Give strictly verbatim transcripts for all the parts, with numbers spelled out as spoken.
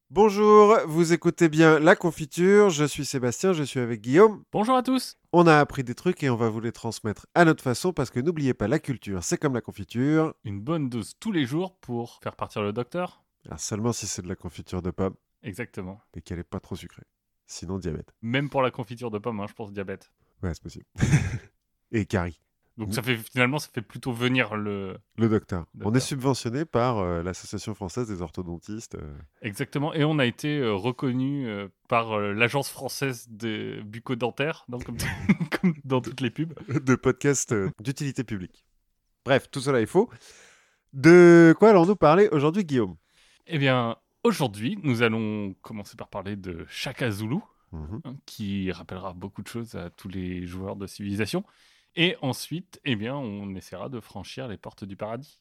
Bonjour, vous écoutez bien La Confiture, je suis Sébastien, je suis avec Guillaume. Bonjour à tous. On a appris des trucs et on va vous les transmettre à notre façon parce que n'oubliez pas, la culture, c'est comme la confiture. Une bonne dose tous les jours pour faire partir le docteur. Alors seulement si c'est de la confiture de pomme Exactement. et qu'elle est pas trop sucrée. Sinon, diabète. Même pour la confiture de pomme, hein, je pense diabète. Ouais, c'est possible. Et carie. Donc Mm. ça fait finalement ça fait plutôt venir le. Le docteur. On est Docteur. subventionné par euh, l'Association française des orthodontistes. euh, Exactement. Et on a été euh, reconnu euh, par euh, l'agence française des bucco-dentaires, donc comme, comme dans de, toutes les pubs. de podcasts euh, d'utilité publique. Bref, tout cela est faux. De quoi allons-nous parler aujourd'hui, Guillaume? Eh bien, aujourd'hui, nous allons commencer par parler de Shaka Zulu, Mhm. hein, qui rappellera beaucoup de choses à tous les joueurs de Civilisation. Et ensuite, eh bien, on essaiera de franchir les portes du paradis.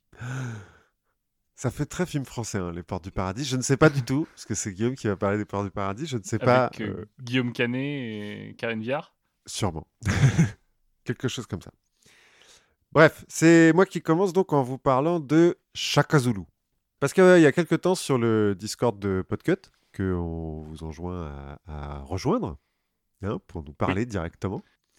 Ça fait très film français, hein, les Portes du Paradis. Je ne sais pas du tout, parce que c'est Guillaume qui va parler des Portes du Paradis. Je ne sais pas, Avec euh, euh, Guillaume Canet et Karine Viard. sûrement. Quelque chose comme ça. Bref, c'est moi qui commence donc en vous parlant de Shaka Zulu. Parce qu'il y a quelques temps sur le Discord de Podcut, qu'on vous enjoint à, à rejoindre, hein, pour nous Oui. parler directement.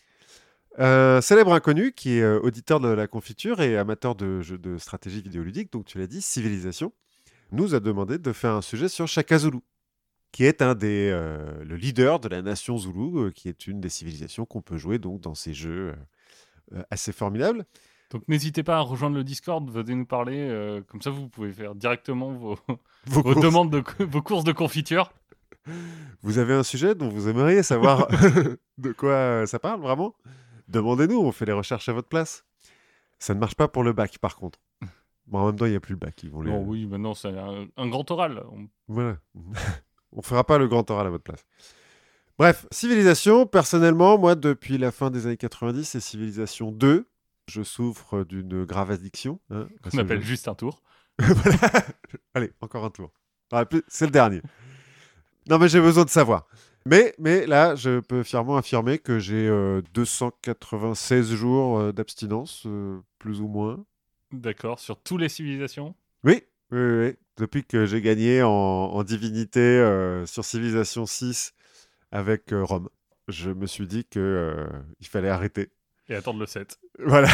Un célèbre inconnu qui est euh, auditeur de la confiture et amateur de jeux de stratégie vidéoludique, donc tu l'as dit, Civilisation, nous a demandé de faire un sujet sur Shaka Zulu, qui est un des, euh, le leader de la nation Zoulou, euh, qui est une des civilisations qu'on peut jouer donc dans ces jeux euh, assez formidables. Donc n'hésitez pas à rejoindre le Discord, venez nous parler. euh, comme ça, vous pouvez faire directement vos, Vos vos courses. demandes de vos courses de confiture. Vous avez un sujet dont vous aimeriez savoir de quoi ça parle vraiment? Demandez-nous, on fait les recherches à votre place. Ça ne marche pas pour le bac par contre. Bon, en même temps, il n'y a plus le bac. Ils vont les... Non, oui, maintenant c'est un, un grand oral. On- Voilà. On fera pas le grand oral à votre place. Bref, Civilisation, personnellement, moi, depuis la fin des années quatre-vingt-dix, c'est Civilisation deux. Je souffre d'une grave addiction. Hein, à qu'on ce appelle jeu. juste un tour. Voilà. Allez, encore un tour. Ah, plus- c'est le dernier. Non, mais j'ai besoin de savoir. Mais, mais là, je peux fièrement affirmer que j'ai euh, deux cent quatre-vingt-seize jours euh, d'abstinence, euh, plus ou moins. D'accord, sur toutes les civilisations. Oui, oui, oui, oui. Depuis que j'ai gagné en, en divinité euh, sur Civilisation six avec euh, Rome, je me suis dit que euh, il fallait arrêter. Et attendre le sept. Voilà.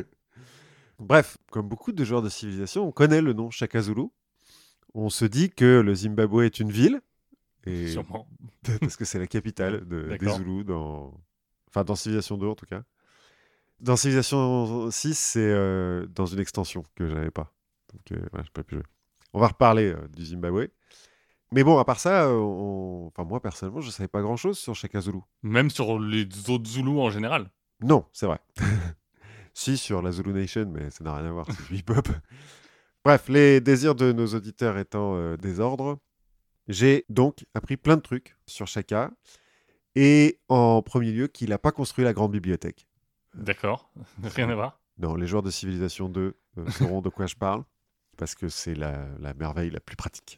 Bref, comme beaucoup de joueurs de Civilisation, on connaît le nom Shaka Zulu. On se dit que le Zimbabwe est une ville, et Sûrement. parce que c'est la capitale de- des D'accord. Zoulous, dans... enfin dans Civilisation deux en tout cas. Dans Civilisation six, c'est euh, dans une extension que j'avais pas. Donc euh, voilà, j'ai pas pu jouer. On va reparler euh, du Zimbabwe. Mais bon, à part ça, euh, on... enfin moi personnellement, je savais pas grand-chose sur Shaka Zulu. Même sur les autres Zoulous en général. Non, c'est vrai. Si, sur la Zulu Nation, mais ça n'a rien à voir, c'est du hip-hop. Bref, les désirs de nos auditeurs étant euh, désordre, j'ai donc appris plein de trucs sur Shaka. Et en premier lieu, qu'il n'a pas construit la grande bibliothèque. D'accord. Rien à voir. Non, les joueurs de Civilisation deux euh, sauront de quoi je parle, parce que c'est la, la merveille la plus pratique.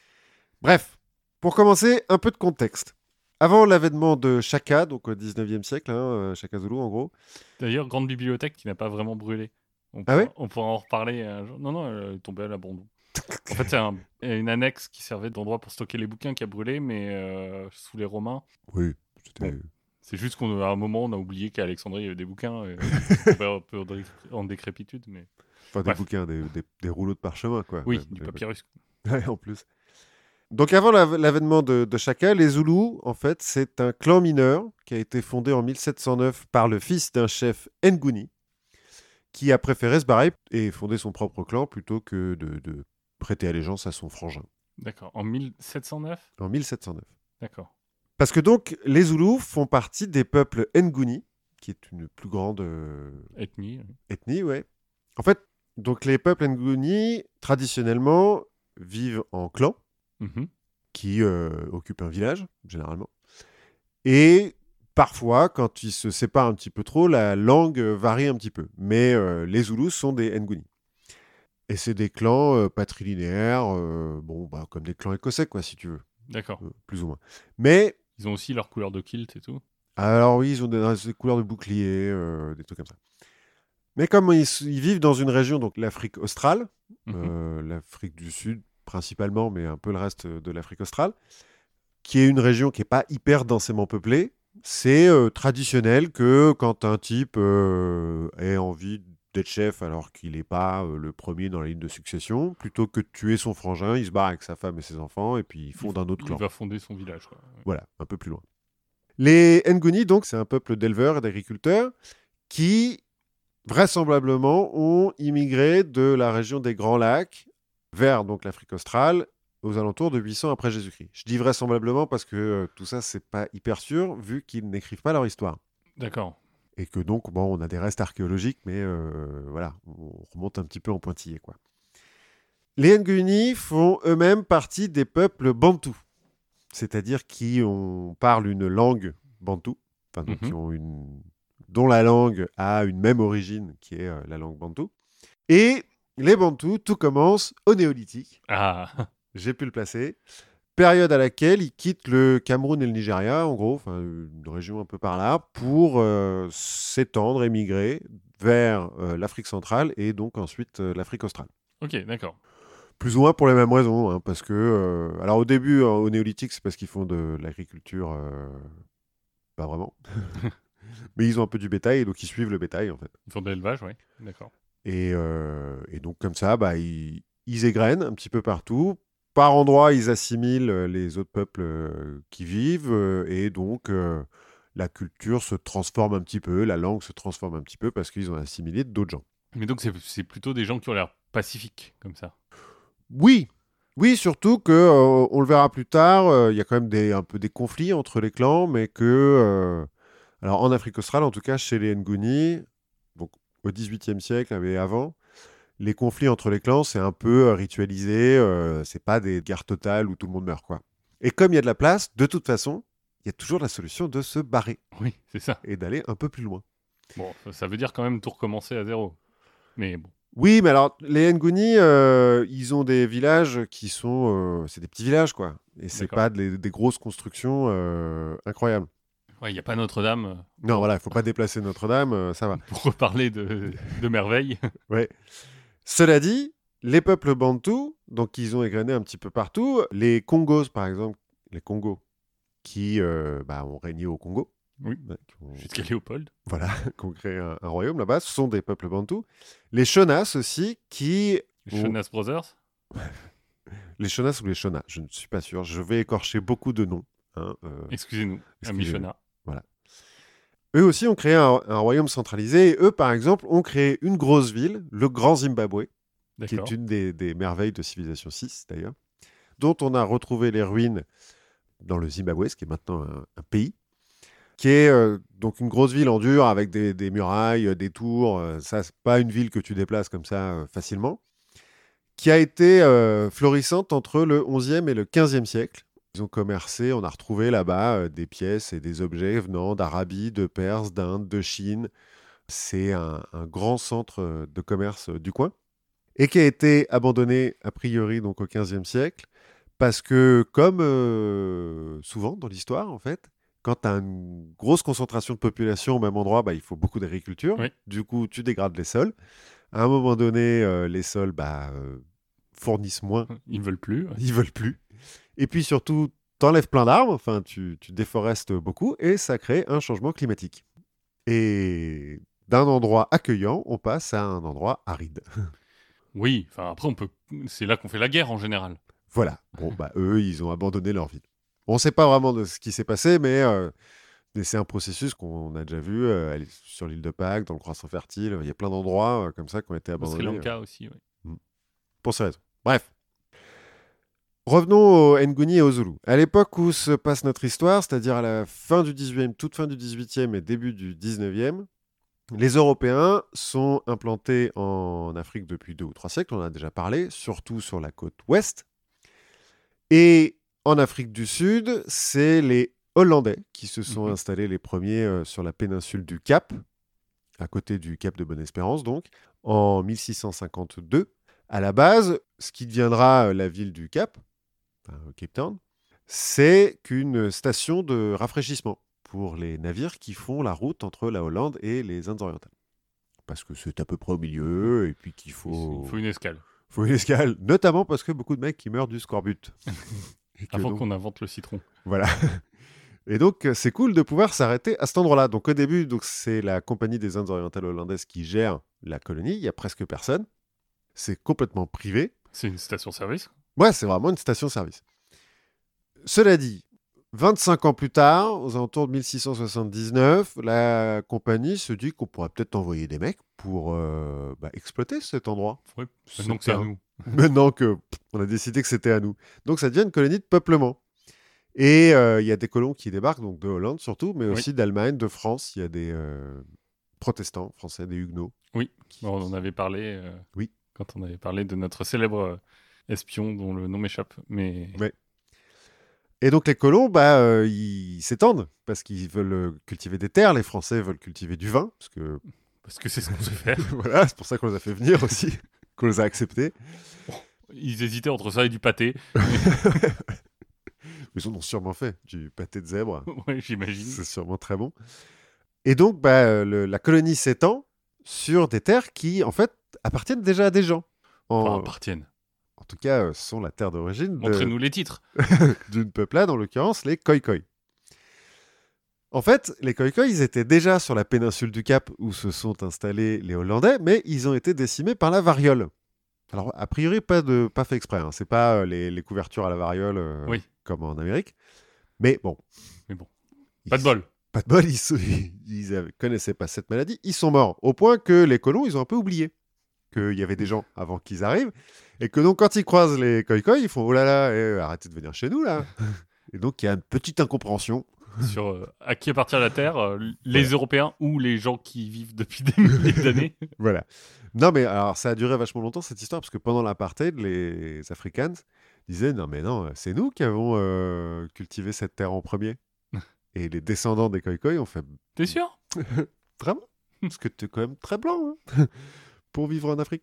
Bref, pour commencer, un peu de contexte. Avant l'avènement de Shaka, donc au dix-neuvième siècle, hein, euh, Shaka Zulu en gros. D'ailleurs, grande bibliothèque qui n'a pas vraiment brûlé. On Ah pourra, ouais. on pourra en reparler un jour. Non, non, elle est tombée à l'abandon. En fait, c'est un- une annexe qui servait d'endroit pour stocker les bouquins qui a brûlé, mais euh, sous les Romains. Oui, c'était... Bon. C'est juste qu'à un moment, on a oublié qu'à Alexandrie, il y avait des bouquins. Et ils tombaient un peu en dé- en décrépitude, mais... Enfin, des Bref. bouquins, des, des- des rouleaux de parchemin, quoi. Oui, même. du Mais- papyrus. Ouais, en plus. Donc avant l'av- l'avènement de, de Shaka, les Zoulous, en fait, c'est un clan mineur qui a été fondé en mille sept cent neuf par le fils d'un chef Nguni, qui a préféré se barrer et fonder son propre clan plutôt que de, de prêter allégeance à son frangin, D'accord. En mille sept cent neuf. en mille sept cent neuf. D'accord. Parce que donc, les Zoulous font partie des peuples Nguni, qui est une plus grande euh, Ethnie. oui. ethnie, ouais. En fait, donc les peuples Nguni, traditionnellement, vivent en clans, Mhm. qui euh, occupent un village, généralement. Et parfois, quand ils se séparent un petit peu trop, la langue euh, varie un petit peu. Mais euh, les Zoulous sont des Nguni. Et c'est des clans euh, patrilinéaires, euh, bon, bah, comme des clans écossais, quoi, si tu veux, D'accord. euh, plus ou moins. Mais, Ils ont aussi leur couleur de kilt et tout. alors oui, ils ont des, des couleurs de bouclier, euh, des trucs comme ça. Mais comme ils, s- ils vivent dans une région, donc l'Afrique australe, Mhm. euh, l'Afrique du Sud, principalement, mais un peu le reste de l'Afrique australe, qui est une région qui n'est pas hyper densément peuplée. C'est euh, traditionnel que quand un type euh, ait envie d'être chef alors qu'il n'est pas euh, le premier dans la ligne de succession, plutôt que de tuer son frangin, il se barre avec sa femme et ses enfants et puis il fonde il, un autre il clan. va fonder son village. Quoi. Voilà, un peu plus loin. Les Nguni, donc, c'est un peuple d'éleveurs et d'agriculteurs qui, vraisemblablement, ont immigré de la région des Grands Lacs vers donc l'Afrique australe aux alentours de huit cents après Jésus-Christ. Je dis vraisemblablement parce que euh, tout ça, c'est pas hyper sûr, vu qu'ils n'écrivent pas leur histoire. D'accord. Et que donc, bon, on a des restes archéologiques, mais euh, voilà, on remonte un petit peu en pointillé, quoi. Les Nguni font eux-mêmes partie des peuples bantous, c'est-à-dire qui ont, parlent une langue bantou, enfin, donc, Mhm. qui ont une, dont la langue a une même origine, qui est euh, la langue bantou. Et les bantous, tout commence au néolithique. Ah, J'ai pu le placer. Période à laquelle ils quittent le Cameroun et le Nigeria, en gros, enfin, une région un peu par là, pour euh, s'étendre, émigrer vers euh, l'Afrique centrale et donc ensuite euh, l'Afrique australe. ok, d'accord. Plus ou moins pour les mêmes raisons, hein, parce que, euh, alors au début, euh, au néolithique, c'est parce qu'ils font de l'agriculture, euh, pas vraiment, mais ils ont un peu du bétail, et donc ils suivent le bétail, en fait. Ils font de l'élevage, oui. D'accord. Et, euh, et donc comme ça, bah, ils, ils égrènent un petit peu partout. Par endroits, ils assimilent euh, les autres peuples euh, qui vivent, euh, et donc euh, la culture se transforme un petit peu, la langue se transforme un petit peu parce qu'ils ont assimilé d'autres gens. Mais donc, c'est c'est plutôt des gens qui ont l'air pacifiques, comme ça. Oui, oui, surtout que euh, on le verra plus tard, euh, il y a quand même des, un peu des conflits entre les clans, mais que, euh, alors en Afrique australe, en tout cas chez les Nguni, donc au dix-huitième siècle et avant, les conflits entre les clans, c'est un peu euh, ritualisé, euh, c'est pas des guerres totales où tout le monde meurt, quoi. Et comme il y a de la place, de toute façon, il y a toujours la solution de se barrer Oui, c'est ça. et d'aller un peu plus loin. Bon, ça, ça veut dire quand même tout recommencer à zéro. Mais bon. Oui, mais alors, les Nguni, euh, ils ont des villages qui sont... euh, c'est des petits villages, quoi. Et c'est D'accord. pas des, des grosses constructions euh, incroyables. Ouais, il n'y a pas Notre-Dame euh, Non, pour, voilà, il faut pas déplacer Notre-Dame, euh, ça va. pour reparler de, de merveilles. Ouais. Cela dit, les peuples bantous, donc ils ont égrené un petit peu partout. Les Congos, par exemple, les Congos, qui euh, bah, ont régné au Congo, Oui, ouais, qui ont, jusqu'à Léopold. voilà, qui ont créé un, un royaume là-bas, ce sont des peuples bantous. Les Shonas aussi, qui ont... Jonas Brothers. Les Shonas ou les Shona, je ne suis pas sûr. Je vais écorcher beaucoup de noms. Hein, euh, Excusez-nous, ami excusez-nous. Shona. Voilà. Eux aussi ont créé un, un royaume centralisé. Et eux, par exemple, ont créé une grosse ville, le Grand Zimbabwe, qui est D'accord. une des, des merveilles de Civilisation six, d'ailleurs, dont on a retrouvé les ruines dans le Zimbabwe, ce qui est maintenant un, un pays, qui est euh, donc une grosse ville en dur avec des, des murailles, des tours. Euh, ça, c'est pas une ville que tu déplaces comme ça euh, facilement, qui a été euh, florissante entre le onzième et le quinzième siècle. Ils ont commercé, on a retrouvé là-bas euh, des pièces et des objets venant d'Arabie, de Perse, d'Inde, de Chine. C'est un, un grand centre euh, de commerce euh, du coin et qui a été abandonné a priori donc au quinzième siècle parce que, comme euh, souvent dans l'histoire en fait, quand tu as une grosse concentration de population au même endroit, bah, il faut beaucoup d'agriculture. Oui. Du coup, tu dégrades les sols. À un moment donné, euh, les sols bah, euh, fournissent moins, Ils ne veulent plus. Ouais. ils veulent plus. Et puis surtout, t'enlèves plein d'arbres, enfin, tu, tu déforestes beaucoup, et ça crée un changement climatique. Et d'un endroit accueillant, on passe à un endroit aride. Oui, enfin après on peut. C'est là qu'on fait la guerre en général. Voilà. Bon, bah eux, ils ont abandonné leur ville. On ne sait pas vraiment de ce qui s'est passé, mais, euh, mais c'est un processus qu'on a déjà vu euh, sur l'île de Pâques, dans le Croissant Fertile. Il y a plein d'endroits euh, comme ça qui ont été Au Sri abandonnés. Lanka aussi, oui. euh, pour ces raisons. Bref. Revenons aux Nguni et aux Zoulous. À l'époque où se passe notre histoire, c'est-à-dire à la fin du dix-huitième, toute fin du dix-huitième et début du dix-neuvième, les Européens sont implantés en Afrique depuis deux ou trois siècles, on en a déjà parlé, surtout sur la côte ouest. Et en Afrique du Sud, c'est les Hollandais qui se sont Mhm. installés les premiers euh, sur la péninsule du Cap, à côté du Cap de Bonne-Espérance donc, en mille six cent cinquante-deux. À la base, ce qui deviendra euh, la ville du Cap, enfin, Cape Town, c'est qu'une station de rafraîchissement pour les navires qui font la route entre la Hollande et les Indes orientales. Parce que c'est à peu près au milieu, et puis qu'il Il faut... faut une escale. faut une escale, notamment parce que beaucoup de mecs qui meurent du scorbut. Et que Avant donc- qu'on invente le citron. Voilà. Et donc, euh, c'est cool de pouvoir s'arrêter à cet endroit-là. Donc, au début, donc, c'est la Compagnie des Indes orientales hollandaises qui gère la colonie. Il y a presque personne. C'est complètement privé. C'est une station-service. Ouais, c'est vraiment une station-service. Cela dit, vingt-cinq ans plus tard, aux alentours de mille six cent soixante-dix-neuf, la compagnie se dit qu'on pourrait peut-être envoyer des mecs pour euh, bah, exploiter cet endroit. Oui. Donc c'est à un- nous. Maintenant que pff, on a décidé que c'était à nous. Donc ça devient une colonie de peuplement. Et euh, il y a des colons qui débarquent, donc de Hollande surtout, mais Oui. aussi d'Allemagne, de France. Il y a des euh, protestants français, des huguenots. Oui. Bon, on en avait parlé. euh, Oui. Quand on avait parlé de notre célèbre euh, espion dont le nom m'échappe. Mais Ouais. Et donc les colons, bah, euh, ils s'étendent parce qu'ils veulent euh, cultiver des terres. Les Français veulent cultiver du vin, parce que parce que c'est ce qu'on sait faire. voilà, c'est pour ça qu'on les a fait venir aussi, qu'on les a acceptés. Ils hésitaient entre ça et du pâté. Ils en ont sûrement fait du pâté de zèbre. Oui, j'imagine. C'est sûrement très bon. Et donc, bah, euh, le- la colonie s'étend sur des terres qui, en fait, appartiennent déjà à des gens. En, Enfin, appartiennent. en tout cas, euh, sont la terre d'origine de- Montrez-nous les titres. d'une peuplade, en l'occurrence les Khoikhoi. En fait, les Khoikhoi, ils étaient déjà sur la péninsule du Cap où se sont installés les Hollandais, mais ils ont été décimés par la variole. Alors, a priori, pas, de, pas fait exprès. Hein. C'est pas euh, les, les couvertures à la variole euh, Oui. comme en Amérique. Mais bon. Mais bon. Pas de bol. Pas de bol, ils, se- ils avaient- connaissaient pas cette maladie. Ils sont morts. Au point que les colons, ils ont un peu oublié qu'il y avait des gens avant qu'ils arrivent. Et que donc, quand ils croisent les Khoikhoi, ils font « Oh là là, eh, arrêtez de venir chez nous, là !» Et donc, il y a une petite incompréhension. Sur euh, à qui appartient la Terre, euh, les Européens ou les gens qui vivent depuis des milliers d'années. Voilà. Non, mais alors, ça a duré vachement longtemps, cette histoire, parce que pendant l'apartheid, les Afrikaans disaient « Non, mais non, c'est nous qui avons euh, cultivé cette terre en premier. » Et les descendants des Khoikhoi ont fait T'es sûr? « Vraiment? Parce que t'es quand même très blanc hein, pour vivre en Afrique. »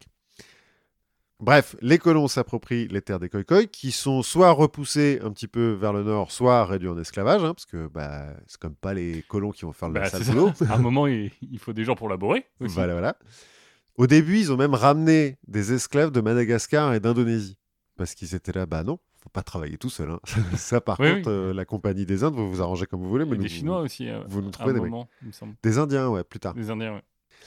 Bref, les colons s'approprient les terres des Khoikhoi, qui sont soit repoussés un petit peu vers le nord, soit réduits en esclavage, hein, parce que bah, c'est comme pas les colons qui vont faire le Bah, sale c'est boulot. ça. À un moment, il, il faut des gens pour laborer. Aussi. Voilà, voilà. Au début, ils ont même ramené des esclaves de Madagascar et d'Indonésie. Parce qu'ils étaient là, bah non, faut pas travailler tout seul. Hein. Ça, par Oui, contre, oui. euh, la compagnie des Indes, vous vous arrangez comme vous voulez. Mais Et des nous- Chinois aussi. euh, vous nous à trouvez un des mecs. moment, il me semble. Des Indiens, ouais, plus tard. Des Indiens, ouais.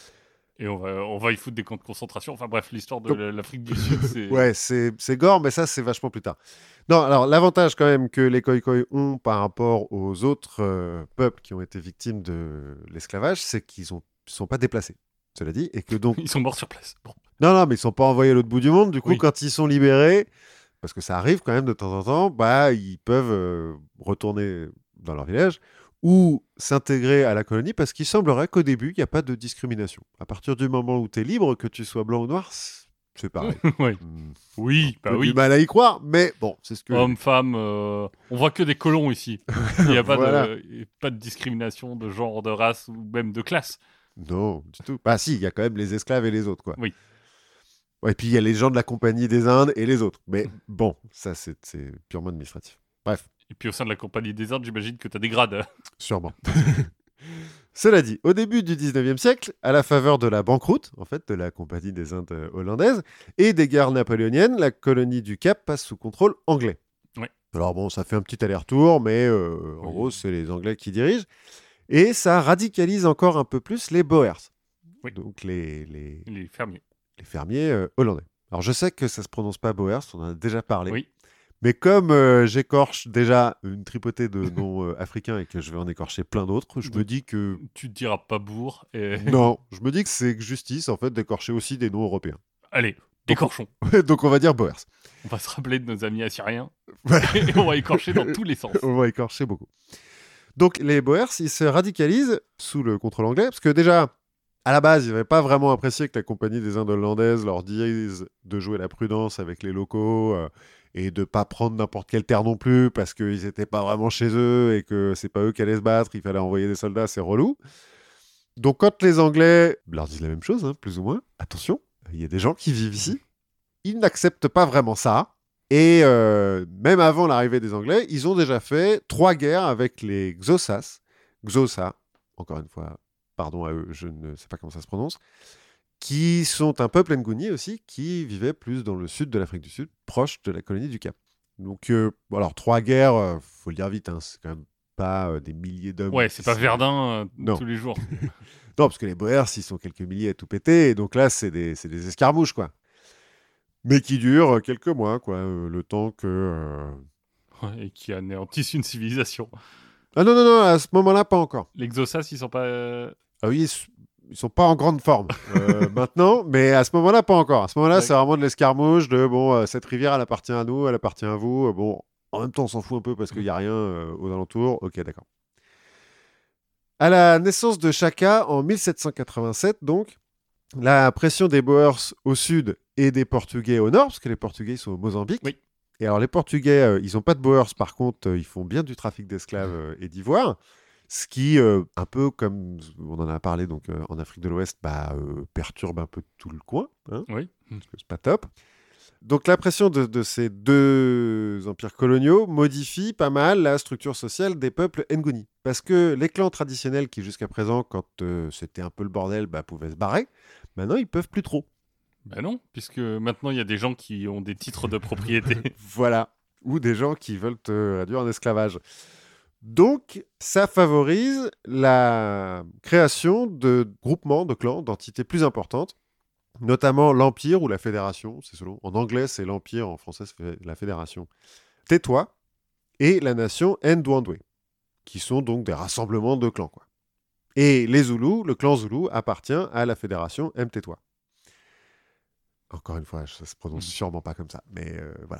Et on va, on va y foutre des camps de concentration. Enfin bref, l'histoire de Donc- la- l'Afrique du Sud, c'est. Ouais, c'est c'est gore, mais ça, c'est vachement plus tard. Non, alors, l'avantage quand même que les Khoikhoi ont par rapport aux autres euh, peuples qui ont été victimes de l'esclavage, c'est qu'ils ne sont pas déplacés, cela dit, et que donc... Ils sont morts sur place. Bon. Non, non, mais ils sont pas envoyés à l'autre bout du monde. Du coup, Oui. quand ils sont libérés, parce que ça arrive quand même de temps en temps, bah, ils peuvent euh, retourner dans leur village ou s'intégrer à la colonie parce qu'il semblerait qu'au début, il n'y a pas de discrimination. À partir du moment où tu es libre, que tu sois blanc ou noir, c- c'est pareil. Ouais. Hmm, Oui, un bah peu oui. du mal à y croire, mais bon, c'est ce que... Hommes, femmes, euh, on voit que des colons ici. Il n'y a pas, Voilà. de, il y a pas de discrimination de genre, de race ou même de classe. Non, du tout. Bah si, il y a quand même les esclaves et les autres, quoi. Oui. Ouais, et puis il y a les gens de la Compagnie des Indes et les autres. Mais bon, ça, c'est c'est purement administratif. Bref. Et puis au sein de la Compagnie des Indes, j'imagine que tu as des grades. Sûrement. Cela dit, au début du dix-neuvième siècle, à la faveur de la banqueroute, en fait, de la Compagnie des Indes euh, hollandaises, et des guerres napoléoniennes, la colonie du Cap passe sous contrôle anglais. Ouais. Alors bon, ça fait un petit aller-retour, mais euh, en Oui. gros, c'est les Anglais qui dirigent. Et ça radicalise encore un peu plus les Boers, Oui. donc les, les, Les fermiers. les fermiers euh, hollandais. Alors je sais que ça se prononce pas Boers, on en a déjà parlé. Oui. Mais comme euh, j'écorche déjà une tripotée de noms euh, africains et que je vais en écorcher plein d'autres, je me dis que Tu te diras pas bourg. Et... non, je me dis que c'est justice en fait d'écorcher aussi des noms européens. Allez, écorchons. Donc on va dire Boers. On va se rappeler de nos amis assyriens. Voilà. Et on va écorcher dans tous les sens. On va écorcher beaucoup. Donc les Boers, ils se radicalisent sous le contrôle anglais parce que déjà, à la base, ils n'avaient pas vraiment apprécié que la Compagnie des Indes hollandaises leur dise de jouer la prudence avec les locaux euh, et de pas prendre n'importe quelle terre non plus parce qu'ils n'étaient pas vraiment chez eux et que c'est pas eux qui allaient se battre, il fallait envoyer des soldats, c'est relou. Donc quand les Anglais leur disent la même chose, hein, plus ou moins, attention, il y a des gens qui vivent ici, ils n'acceptent pas vraiment ça. Et euh, même avant l'arrivée des Anglais, ils ont déjà fait trois guerres avec les Xhosas. Xhosa, encore une fois, pardon à eux, je ne sais pas comment ça se prononce. qui sont un peuple Nguni aussi, qui vivait plus dans le sud de l'Afrique du Sud, proche de la colonie du Cap. Donc, euh, bon, alors, trois guerres, euh, faut le dire vite, hein, c'est quand même pas euh, des milliers d'hommes. Ouais, c'est qui pas se- Verdun euh, Non. tous les jours. Non, parce que les Boers, ils sont quelques milliers à tout péter, et donc là, c'est des, c'est des escarmouches, quoi. Mais qui durent quelques mois, quoi, euh, le temps que... euh, Ouais, et qui anéantissent une civilisation. Ah non, non, non, à ce moment-là, pas encore. L'Exosas, ils sont pas. euh, Ah oui, ils s- ils sont pas en grande forme euh, maintenant, mais à ce moment-là, pas encore. À ce moment-là, c'est D'accord. vraiment de l'escarmouche, de bon, euh, cette rivière, elle appartient à nous, elle appartient à vous. euh, Bon, en même temps, on s'en fout un peu parce qu'il n'y a rien euh, aux alentours. Ok, d'accord. À la naissance de Chaka en mille sept cent quatre-vingt-sept, donc, la pression des Boers au sud et des Portugais au nord, parce que les Portugais ils sont au Mozambique. Oui. Et alors, les Portugais, euh, ils n'ont pas de Boers, par contre, euh, ils font bien du trafic d'esclaves euh, et d'ivoire. Ce qui, euh, un peu comme on en a parlé donc, euh, en Afrique de l'Ouest, bah, euh, perturbe un peu tout le coin. Hein, Oui. parce que c'est pas top. Donc, la pression de, de ces deux empires coloniaux modifie pas mal la structure sociale des peuples Nguni. Parce que les clans traditionnels qui, jusqu'à présent, quand euh, c'était un peu le bordel, bah, pouvaient se barrer, maintenant, ils peuvent plus trop. Bah non, puisque maintenant, il y a des gens qui ont des titres de propriété. Voilà. Ou des gens qui veulent te réduire en esclavage. Donc, ça favorise la création de groupements, de clans, d'entités plus importantes, notamment l'Empire ou la Fédération, c'est selon. En anglais, c'est l'Empire, en français, c'est la Fédération. Tais-toi, et la nation Ndwandwe, qui sont donc des rassemblements de clans, quoi. Et les Zoulous, le clan Zoulou appartient à la Fédération M-Tais-toi. Encore une fois, ça se prononce sûrement pas comme ça, mais euh, voilà.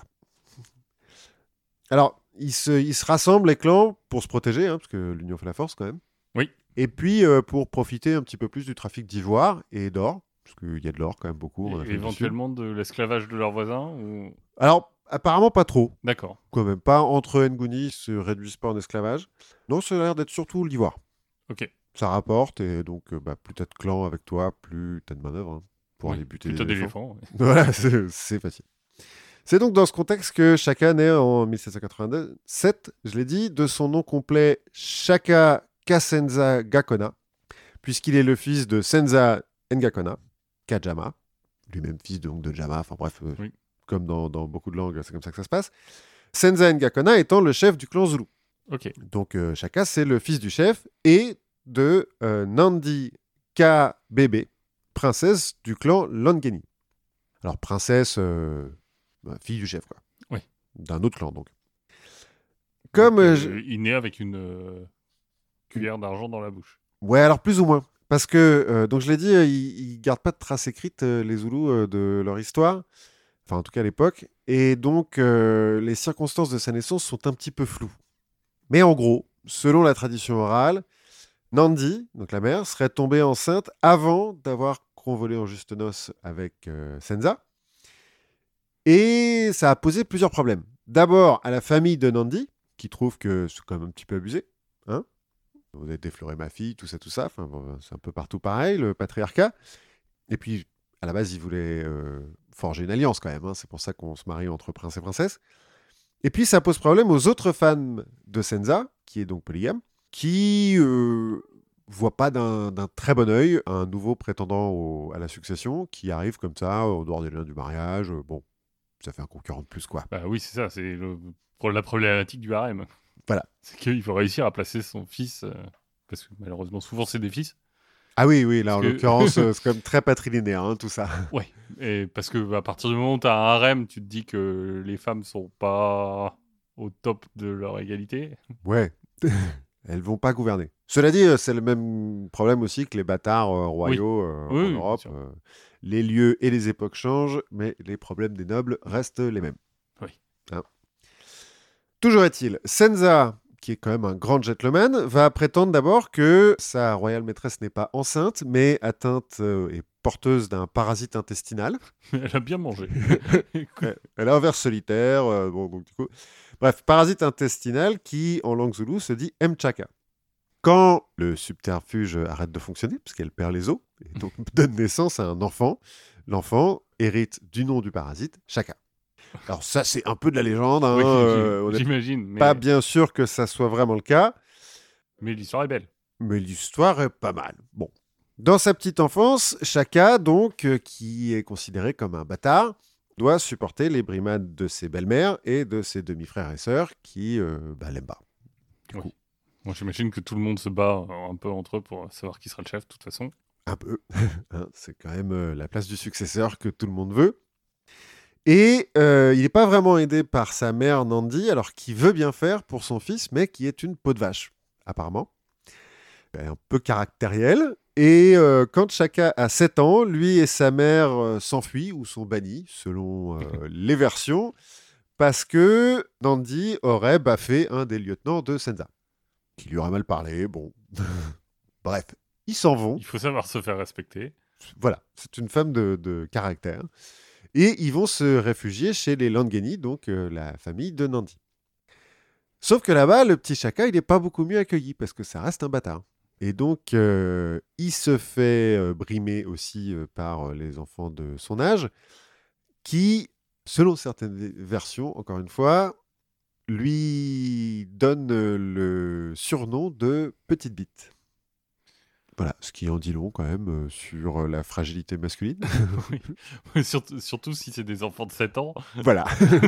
Alors, ils se, ils se rassemblent, les clans, pour se protéger, hein, parce que l'union fait la force, quand même. Oui. Et puis, euh, pour profiter un petit peu plus du trafic d'ivoire et d'or, parce qu'il y a de l'or quand même beaucoup. en Et Afrique du Sud. éventuellement de l'esclavage de leurs voisins ou... Alors, apparemment pas trop. D'accord. Quand même pas. Entre Nguni, ils se réduisent pas en esclavage. Non, ça a l'air d'être surtout l'ivoire. Ok. Ça rapporte, et donc, euh, bah, plus t'as de clans avec toi, plus t'as de manœuvre hein, pour Oui, aller buter plutôt des éléphants. d'éléphants. ouais. Voilà, c'est c'est facile. C'est donc dans ce contexte que Chaka naît en mille sept cent quatre-vingt-sept, je l'ai dit, de son nom complet Chaka Kasenza Gakona, puisqu'il est le fils de Senza Ngakona, Kajama, lui-même fils de, donc, de Jama, enfin bref, euh, Oui. comme dans, dans beaucoup de langues, c'est comme ça que ça se passe. Senza Ngakona étant le chef du clan Zoulou. Ok. Donc euh, Chaka, c'est le fils du chef et de euh, Nandi Kabebe, princesse du clan Longeni. Alors princesse, euh, bah, fille du chef, quoi. Oui. D'un autre clan, donc. Comme... Donc, euh, euh, je- Il naît avec une euh, cuillère d'argent dans la bouche. Ouais, alors plus ou moins. Parce que, euh, donc je l'ai dit, euh, ils, ils gardent pas de traces écrites, euh, les Zoulous, euh, de leur histoire. Enfin, en tout cas à l'époque. Et donc, euh, les circonstances de sa naissance sont un petit peu floues. Mais en gros, selon la tradition orale, Nandi, donc la mère, serait tombée enceinte avant d'avoir convolé en juste noces avec euh, Senza. Et ça a posé plusieurs problèmes. D'abord à la famille de Nandi, qui trouve que c'est quand même un petit peu abusé. Hein, vous avez défloré ma fille, tout ça, tout ça. Enfin, bon, c'est un peu partout pareil, le patriarcat. Et puis, à la base, ils voulaient euh, forger une alliance quand même. Hein. C'est pour ça qu'on se marie entre prince et princesse. Et puis, ça pose problème aux autres femmes de Senza, qui est donc polygame, qui euh, voient pas d'un d'un très bon œil un nouveau prétendant au- à la succession qui arrive comme ça, en dehors des liens du mariage. Euh, Bon, ça fait un concurrent de plus, quoi. Bah oui, c'est ça. C'est le... pour la problématique du harem. Voilà. C'est qu'il faut réussir à placer son fils. euh, Parce que malheureusement, souvent, c'est des fils. Ah oui, oui, là, en Parce que- l'occurrence, euh, c'est comme très patrilinéaire, hein, tout ça. Ouais. Et parce que à partir du moment où tu as un harem, tu te dis que les femmes sont pas au top de leur égalité. Ouais. Elles vont pas gouverner. Cela dit, euh, c'est le même problème aussi que les bâtards euh, royaux euh, Oui, en oui, bien Europe. sûr. Euh, les lieux et les époques changent, mais les problèmes des nobles restent les mêmes. Oui. Hein. Toujours est-il, Senza, qui est quand même un grand gentleman, va prétendre d'abord que sa royale maîtresse n'est pas enceinte, mais atteinte euh, et porteuse d'un parasite intestinal. Elle a bien mangé. Elle- Elle a un vers solitaire. euh, bon, donc, du coup... Bref, parasite intestinal qui, en langue zoulou, se dit Mchaka. Quand le subterfuge arrête de fonctionner, parce qu'elle perd les os, et donc donne naissance à un enfant, l'enfant hérite du nom du parasite, Chaka. Alors ça, c'est un peu de la légende. Hein, Oui, euh, on n'est j'imagine. Mais... pas bien sûr que ça soit vraiment le cas, mais l'histoire est belle. mais l'histoire est pas mal. Bon. Dans sa petite enfance, Shaka, donc, euh, qui est considéré comme un bâtard, doit supporter les brimades de ses belles-mères et de ses demi-frères et sœurs qui euh, bah, l'aiment pas. Oui. Moi, j'imagine que tout le monde se bat euh, un peu entre eux pour savoir qui sera le chef, de toute façon. Un peu. Hein, c'est quand même euh, la place du successeur que tout le monde veut. Et euh, il n'est pas vraiment aidé par sa mère Nandi, alors qu'il veut bien faire pour son fils, mais qui est une peau de vache, apparemment. Elle est un peu caractérielle. Et euh, quand Shaka a sept ans, lui et sa mère euh, s'enfuient ou sont bannis, selon euh, les versions, parce que Nandi aurait baffé un des lieutenants de Senza, qui lui aurait mal parlé. Bon, bref, ils s'en vont. Il faut savoir se faire respecter. Voilà, c'est une femme de, de caractère. Et ils vont se réfugier chez les Langeni, donc euh, la famille de Nandi. Sauf que là-bas, le petit Shaka, il n'est pas beaucoup mieux accueilli, parce que ça reste un bâtard. Et donc, euh, il se fait euh, brimer aussi euh, par euh, les enfants de son âge, qui, selon certaines versions, encore une fois, lui donnent euh, le surnom de Petite Bite. Voilà, ce qui en dit long quand même euh, sur euh, la fragilité masculine. Oui. surtout, surtout si c'est des enfants de sept ans. Voilà.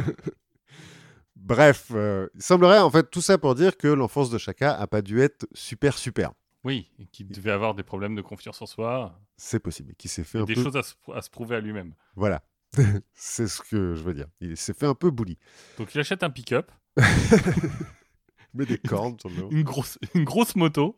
Bref, euh, il semblerait en fait tout ça pour dire que l'enfance de Shaka a pas dû être super super. Oui, et qui devait avoir des problèmes de confiance en soi. C'est possible, qui s'est fait Et un des peu... choses à se, à se prouver à lui-même. Voilà, c'est ce que je veux dire. Il s'est fait un peu bully. Donc il achète un pick-up. Il met des cornes sur le dos. Une grosse, une grosse moto.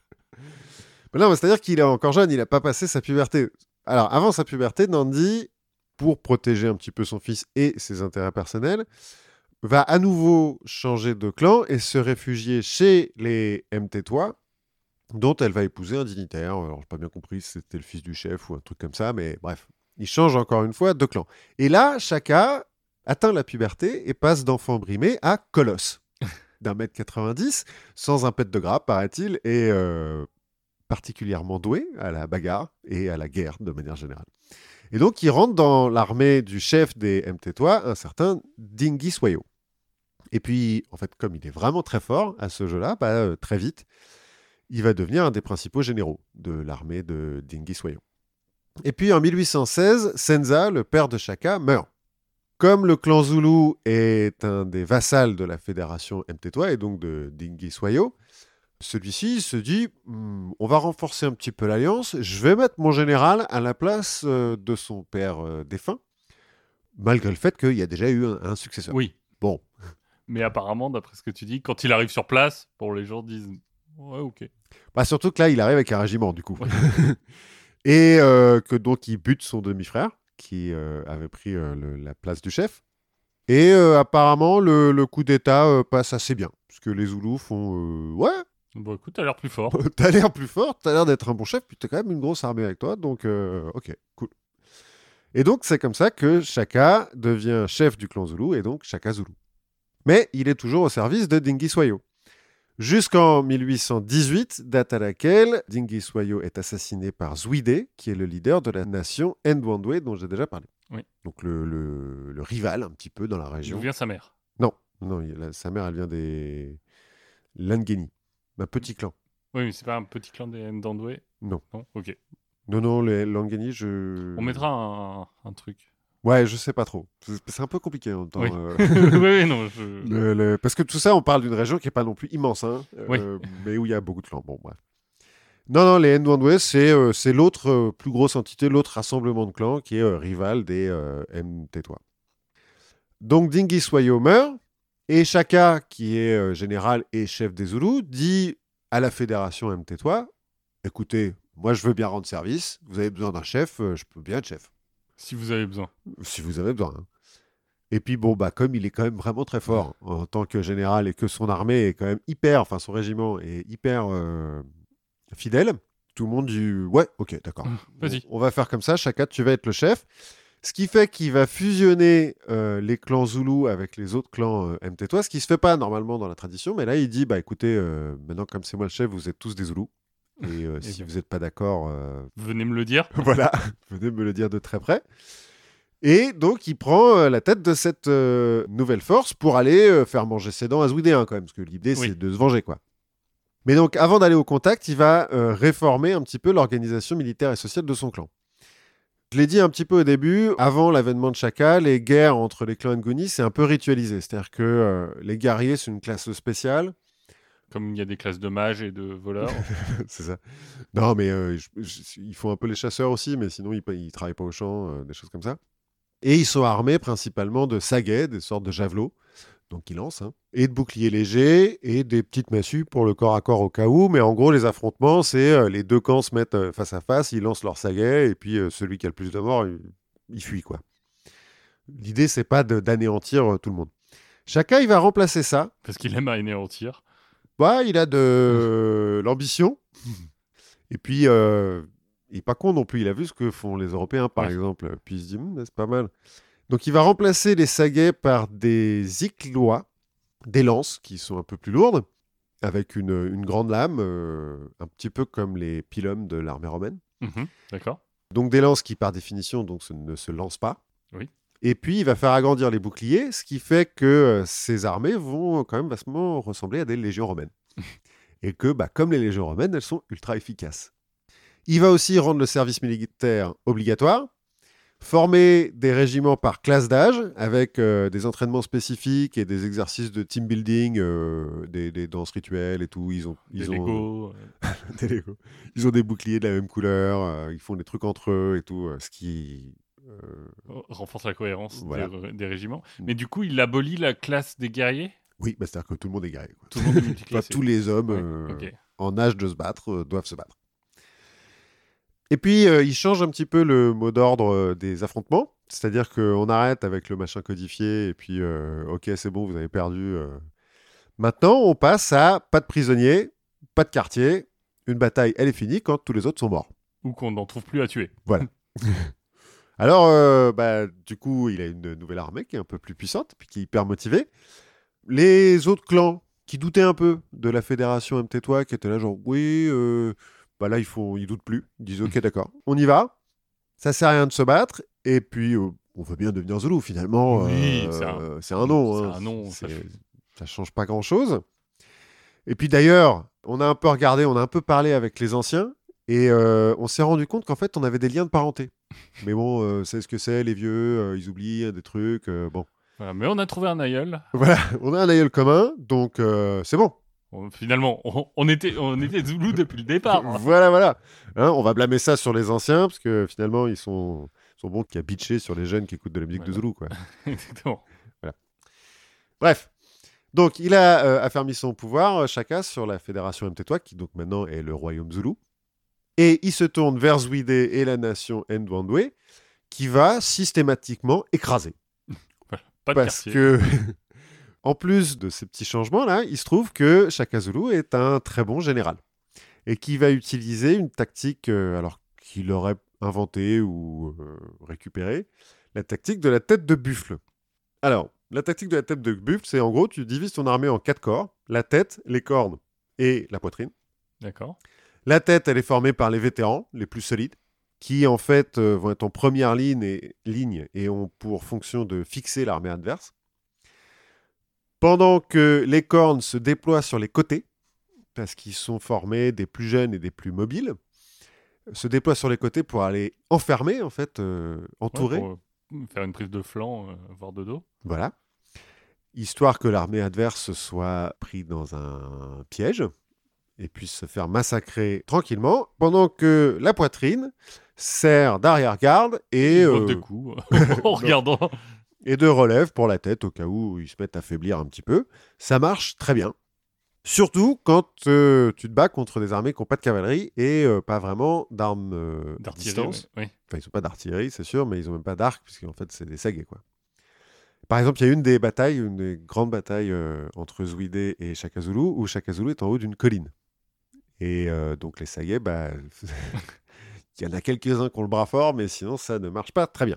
Mais non, mais c'est-à-dire qu'il est encore jeune, il n'a pas passé sa puberté. Alors, avant sa puberté, Nandi, pour protéger un petit peu son fils et ses intérêts personnels, va à nouveau changer de clan et se réfugier chez les Mtétois, dont elle va épouser un dignitaire. Alors, j'ai pas bien compris si c'était le fils du chef ou un truc comme ça, mais bref. Il change encore une fois de clan. Et là, Shaka atteint la puberté et passe d'enfant brimé à colosse, d'un mètre quatre-vingt-dix, sans un pet de gras, paraît-il, et euh, particulièrement doué à la bagarre et à la guerre de manière générale. Et donc, il rentre dans l'armée du chef des Mtétois, un certain Dingiswayo. Et puis, en fait, comme il est vraiment très fort à ce jeu-là, bah, euh, très vite, il va devenir un des principaux généraux de l'armée de Dingiswayo. Et puis, en mille huit cent seize, Senza, le père de Shaka, meurt. Comme le clan Zulu est un des vassals de la fédération Mtétois et donc de Dingiswayo, celui-ci se dit hm, on va renforcer un petit peu l'alliance, je vais mettre mon général à la place euh, de son père euh, défunt, malgré le fait qu'il y a déjà eu un, un successeur. Oui. Bon. Mais apparemment, d'après ce que tu dis, quand il arrive sur place, bon, les gens disent ouais, ok. Bah, surtout que là, il arrive avec un régiment, du coup. Ouais. Et euh, que donc, il bute son demi-frère, qui euh, avait pris euh, le, la place du chef. Et euh, apparemment, le, le coup d'État euh, passe assez bien. Parce que les Zoulous font euh, ouais, Bon, écoute, t'as l'air plus fort. t'as l'air plus fort, t'as l'air d'être un bon chef, puis t'as quand même une grosse armée avec toi, donc euh, ok, cool. Et donc, c'est comme ça que Shaka devient chef du clan Zoulou, et donc Shaka Zoulou. Mais il est toujours au service de Dingiswayo. Jusqu'en mille huit cent dix-huit, date à laquelle Dingiswayo est assassiné par Zwide, qui est le leader de la nation Ndwandwe, dont j'ai déjà parlé. Oui. Donc le, le, le rival, un petit peu, dans la région. D'où vient sa mère? Non, non, il a- sa mère, elle vient des Langeni, un petit clan. Oui, mais c'est pas un petit clan des Ndandwe? Non. Non. Ok. Non, non, les Langeni, je... On mettra un, un truc. Ouais, je sais pas trop. C'est c'est un peu compliqué en même temps. Oui. euh, oui, oui, non. Je... le- le- Parce que tout ça, on parle d'une région qui est pas non plus immense, hein, euh, Oui. mais où il y a beaucoup de clans. Bon, bref. Non, non, les Ndwandwe, c'est euh, c'est l'autre euh, plus grosse entité, l'autre rassemblement de clans qui est euh, rival des euh, Mtétois. Donc Dingiswayo meurt, et Shaka, qui est euh, général et chef des Zoulous, dit à la fédération Mtétois, écoutez, moi je veux bien rendre service, vous avez besoin d'un chef, euh, je peux bien être chef. Si vous avez besoin. Si vous avez besoin. Hein. Et puis bon, bah, comme il est quand même vraiment très fort en tant que général et que son armée est quand même hyper, enfin son régiment est hyper euh, fidèle, tout le monde dit ouais, ok, d'accord. Vas-y. On, on va faire comme ça, Shaka, tu vas être le chef. Ce qui fait qu'il va fusionner euh, les clans Zoulous avec les autres clans euh, Mtétois, ce qui se fait pas normalement dans la tradition, mais là il dit bah écoutez, euh, maintenant comme c'est moi le chef, vous êtes tous des Zoulous. Et euh, si Et vous n'êtes pas d'accord, euh, venez me le dire. voilà, venez me le dire de très près. Et donc, il prend euh, la tête de cette euh, nouvelle force pour aller euh, faire manger ses dents à Zwidéen, quand même, parce que l'idée, Oui. c'est de se venger, quoi. Mais donc, avant d'aller au contact, il va euh, réformer un petit peu l'organisation militaire et sociale de son clan. Je l'ai dit un petit peu au début, avant l'avènement de Shaka, les guerres entre les clans Nguni, c'est un peu ritualisé. C'est-à-dire que euh, les guerriers, c'est une classe spéciale. Comme il y a des classes de mages et de voleurs. C'est ça. Non, mais euh, je- je- ils font un peu les chasseurs aussi, mais sinon, ils ne travaillent pas au champ, euh, des choses comme ça. Et ils sont armés principalement de saguets, des sortes de javelots, donc ils lancent, hein, et de boucliers légers et des petites massues pour le corps à corps au cas où. Mais en gros, les affrontements, c'est euh, les deux camps se mettent euh, face à face, ils lancent leurs saguets, et puis euh, celui qui a le plus de morts, il, il fuit, quoi. L'idée, c'est pas de- d'anéantir euh, tout le monde. Chacun, il va remplacer ça. Parce qu'il aime à anéantir. Bah, il a de l'ambition. Et puis, euh, il n'est pas con non plus. Il a vu ce que font les Européens, par Ouais. exemple. Puis il se dit, Hm, c'est pas mal. Donc, il va remplacer les saguets par des Icklois, des lances qui sont un peu plus lourdes, avec une, une grande lame, euh, un petit peu comme les pilums de l'armée romaine. Mhm, d'accord. Donc, des lances qui, par définition, donc, se- ne se lancent pas. Oui. Et puis, il va faire agrandir les boucliers, ce qui fait que euh, ces armées vont quand même vastement ressembler à des légions romaines. Et que, bah, comme les légions romaines, elles sont ultra efficaces. Il va aussi rendre le service militaire obligatoire, former des régiments par classe d'âge, avec euh, des entraînements spécifiques et des exercices de team building, euh, des, des danses rituelles et tout. Ils ont, Des ils ont, Lego. euh, des Lego. Ils ont des boucliers de la même couleur, euh, ils font des trucs entre eux et tout, euh, ce qui... euh, renforce la cohérence Voilà. des, des régiments. Mais du coup, il abolit la classe des guerriers. Oui, bah, c'est-à-dire que tout le monde est guerrier, quoi. Tout le monde est Enfin, multiclassé. tous les hommes Ouais, euh, ok. en âge de se battre euh, doivent se battre. Et puis, euh, il change un petit peu le mot d'ordre euh, des affrontements. C'est-à-dire qu'on arrête avec le machin codifié et puis, euh, ok, c'est bon, vous avez perdu. euh. Maintenant, on passe à pas de prisonniers, pas de quartier. Une bataille, elle est finie quand tous les autres sont morts. Ou qu'on n'en trouve plus à tuer. Voilà. Alors, euh, bah, du coup, il a une nouvelle armée qui est un peu plus puissante, puis qui est hyper motivée. Les autres clans qui doutaient un peu de la fédération M T T O A, qui étaient là genre, oui, euh, bah là, ils, font, ils doutent plus. Ils disent, ok, d'accord, on y va. Ça sert à rien de se battre. Et puis, euh, on veut bien devenir Zoulou, finalement. Oui, euh, c'est un- c'est un nom. c'est hein. un nom, C'est- ça ça change pas grand-chose. Et puis d'ailleurs, on a un peu regardé, on a un peu parlé avec les anciens. Et euh, on s'est rendu compte qu'en fait, on avait des liens de parenté. Mais bon, euh, c'est ce que c'est, les vieux, euh, ils oublient des trucs. euh, bon. Voilà, mais on a trouvé un aïeul. Voilà, on a un aïeul commun, donc euh, c'est bon. On- finalement, on, on était, on était Zoulou depuis le départ. Voilà, voilà. Hein, on va blâmer ça sur les anciens, parce que finalement, ils sont, sont bons qu'à bitcher sur les jeunes qui écoutent de la musique Voilà. de Zoulou, quoi. Exactement. Bref. Donc, il a euh, affermi son pouvoir, euh, Shaka, sur la fédération M T T O A, qui donc maintenant est le royaume Zoulou. Et il se tourne vers Zouidé et la nation Ndwandwe, qui va systématiquement écraser. Voilà. Pas de Parce quartier. que, en plus de ces petits changements-là, il se trouve que Shaka Zulu est un très bon général. Et qui va utiliser une tactique, euh, alors qu'il aurait inventée ou euh, récupérée, la tactique de la tête de buffle. Alors, la tactique de la tête de buffle, c'est en gros, tu divises ton armée en quatre corps, la tête, les cornes et la poitrine. D'accord. La tête, elle est formée par les vétérans, les plus solides, qui en fait euh, vont être en première ligne et, ligne et ont pour fonction de fixer l'armée adverse. Pendant que les cornes se déploient sur les côtés, parce qu'ils sont formés des plus jeunes et des plus mobiles, se déploient sur les côtés pour aller enfermer, en fait, euh, entourer. Ouais, pour euh, faire une prise de flanc, euh, voire de dos. Voilà. Histoire que l'armée adverse soit prise dans un piège et puisse se faire massacrer tranquillement, pendant que la poitrine sert d'arrière-garde et, Ils boivent euh, des coups en regardant. et de relève pour la tête au cas où ils se mettent à faiblir un petit peu. Ça marche très bien. Surtout quand euh, tu te bats contre des armées qui n'ont pas de cavalerie et euh, pas vraiment d'armes euh, à D'artillerie. distance. Ouais. Oui. Enfin, ils n'ont pas d'artillerie, c'est sûr, mais ils n'ont même pas d'arc, puisqu'en fait, c'est des saguets, quoi. Par exemple, il y a une des batailles, une des grandes batailles euh, entre Zouidé et Shaka Zulu, où Shaka Zulu est en haut d'une colline. Et euh, donc, les saguets, bah, il y en a quelques-uns qui ont le bras fort, mais sinon, ça ne marche pas très bien.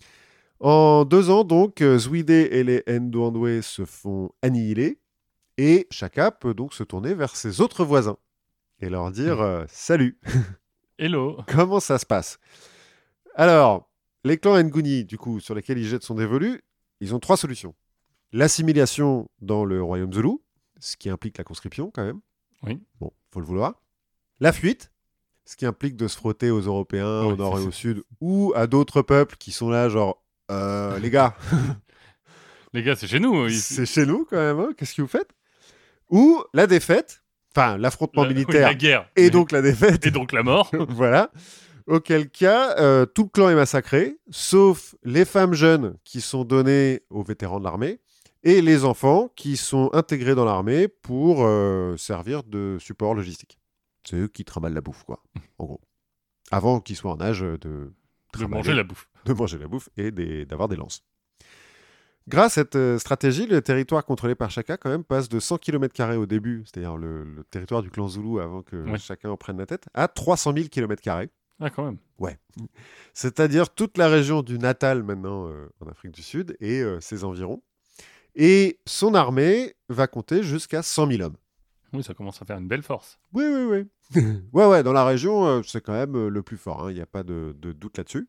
En deux ans, donc, Zouidé et les Ndwandwe se font annihiler. Et Shaka peut donc se tourner vers ses autres voisins et leur dire euh, « Salut, Hello. comment ça se passe ?» Alors, les clans Nguni, du coup, sur lesquels il jette son dévolu, ils ont trois solutions. L'assimilation dans le royaume Zulu, ce qui implique la conscription quand même. Oui. Bon, faut le vouloir. La fuite, ce qui implique de se frotter aux Européens, Oui, au nord c'est et au ça. sud, ou à d'autres peuples qui sont là, genre, euh, les gars, Les gars, c'est chez nous. c'est Ici. chez nous quand même, hein, qu'est-ce que vous faites? Ou la défaite, enfin l'affrontement La... Oui, la militaire guerre. et Mais... donc la défaite, Et donc la mort. voilà. Auquel cas, euh, tout le clan est massacré, sauf les femmes jeunes qui sont données aux vétérans de l'armée et les enfants qui sont intégrés dans l'armée pour euh, servir de support logistique. C'est eux qui trimballent la bouffe, quoi, en gros. Avant qu'ils soient en âge de De trimballer, manger la bouffe. de manger la bouffe et des- d'avoir des lances. Grâce à cette euh, stratégie, le territoire contrôlé par Shaka quand même passe de cent kilomètres carrés au début, c'est-à-dire le, le territoire du clan Zoulou avant que Ouais. chacun en prenne la tête, à trois cent mille kilomètres carrés. Ah, quand même. Ouais. C'est-à-dire toute la région du Natal maintenant euh, en Afrique du Sud et euh, ses environs. Et son armée va compter jusqu'à cent mille hommes. Oui, ça commence à faire une belle force. Oui, oui, oui. ouais, ouais, dans la région, euh, c'est quand même euh, le plus fort. Il n'y a pas de, de doute là-dessus.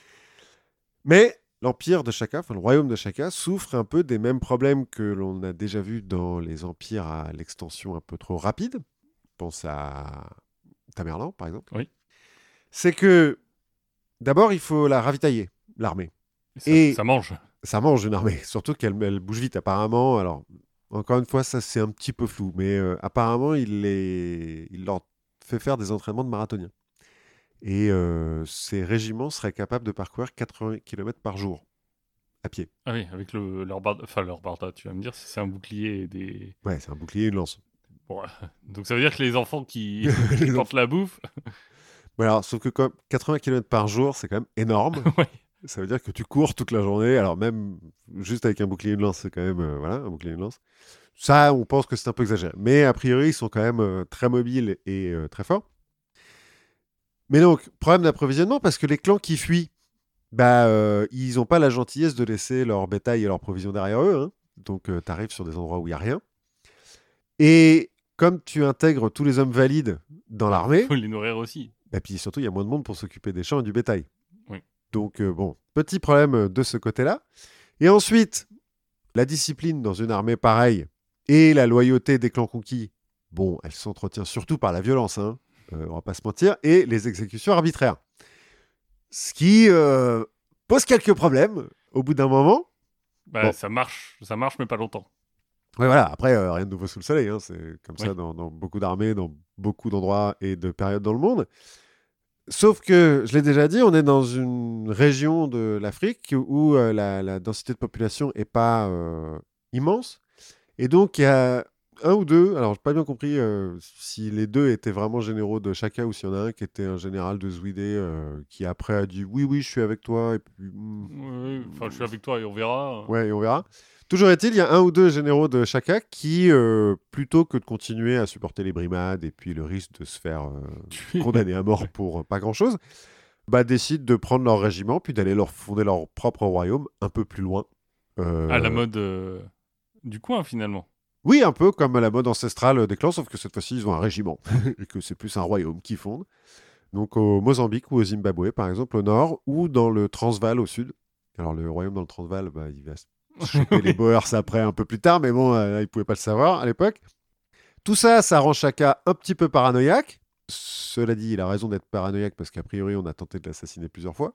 Mais l'empire de Shaka, enfin le royaume de Shaka, souffre un peu des mêmes problèmes que l'on a déjà vus dans les empires à l'extension un peu trop rapide. Pense à Tamerlan, par exemple. Oui. C'est que d'abord, il faut la ravitailler, l'armée. Et ça, Et ça mange. ça mange une armée, surtout qu'elle elle bouge vite apparemment. Alors, encore une fois, ça c'est un petit peu flou, mais euh, apparemment, il, les... il leur fait faire des entraînements de marathoniens. Et euh, ces régiments seraient capables de parcourir quatre-vingts kilomètres par jour, à pied. Ah oui, avec le, leur barda. Enfin, leur barda, tu vas me dire, si c'est un bouclier et des. Ouais, c'est un bouclier et une lance. Bon, euh, donc ça veut dire que les enfants qui, qui Les portent la bouffe. Ouais, alors, sauf que comme quatre-vingts kilomètres par jour, c'est quand même énorme. Oui. Ça veut dire que tu cours toute la journée. Alors même juste avec un bouclier et une lance, c'est quand même... euh, voilà, un bouclier et une lance. Ça, on pense que c'est un peu exagéré. Mais a priori, ils sont quand même euh, très mobiles et euh, très forts. Mais donc, problème d'approvisionnement, parce que les clans qui fuient, bah, euh, ils n'ont pas la gentillesse de laisser leur bétail et leurs provisions derrière eux. Hein. Donc, euh, tu arrives sur des endroits où il n'y a rien. Et comme tu intègres tous les hommes valides dans l'armée, Faut les nourrir aussi. et puis surtout, il y a moins de monde pour s'occuper des champs et du bétail. Oui. Donc, euh, bon, petit problème de ce côté-là. Et ensuite, la discipline dans une armée pareille et la loyauté des clans conquis, bon, elle s'entretient surtout par la violence, hein, euh, on va pas se mentir, et les exécutions arbitraires. Ce qui euh, pose quelques problèmes au bout d'un moment. Bah, Bon. ça marche, ça marche, mais pas longtemps. Ouais, voilà, après, euh, rien de nouveau sous le soleil, hein, c'est comme ça Oui. dans, dans beaucoup d'armées, dans beaucoup d'endroits et de périodes dans le monde. Sauf que, je l'ai déjà dit, on est dans une région de l'Afrique où euh, la, la densité de population n'est pas euh, immense. Et donc, il y a un ou deux, alors je n'ai pas bien compris euh, si les deux étaient vraiment généraux de Shaka ou s'il y en a un qui était un général de Zouidé euh, qui après a dit oui, oui, je suis avec toi. Et puis, hmm, Oui, enfin, je suis avec toi et on verra. ouais, et on verra. Toujours est-il, il y a un ou deux généraux de Shaka qui, euh, plutôt que de continuer à supporter les brimades et puis le risque de se faire euh, condamner à mort pour euh, pas grand-chose, bah, décident de prendre leur régiment puis d'aller leur fonder leur propre royaume un peu plus loin. Euh, À la mode euh, du coin, finalement. Oui, un peu comme à la mode ancestrale des clans, sauf que cette fois-ci, ils ont un régiment et que c'est plus un royaume qu'ils fondent. Donc au Mozambique ou au Zimbabwe, par exemple, au nord, ou dans le Transvaal au sud. Alors le royaume dans le Transvaal, bah, il va choper les Boers après un peu plus tard, mais bon, euh, ils ne pouvaient pas le savoir à l'époque. Tout ça, ça rend Shaka un petit peu paranoïaque. Cela dit, il a raison d'être paranoïaque parce qu'a priori, on a tenté de l'assassiner plusieurs fois.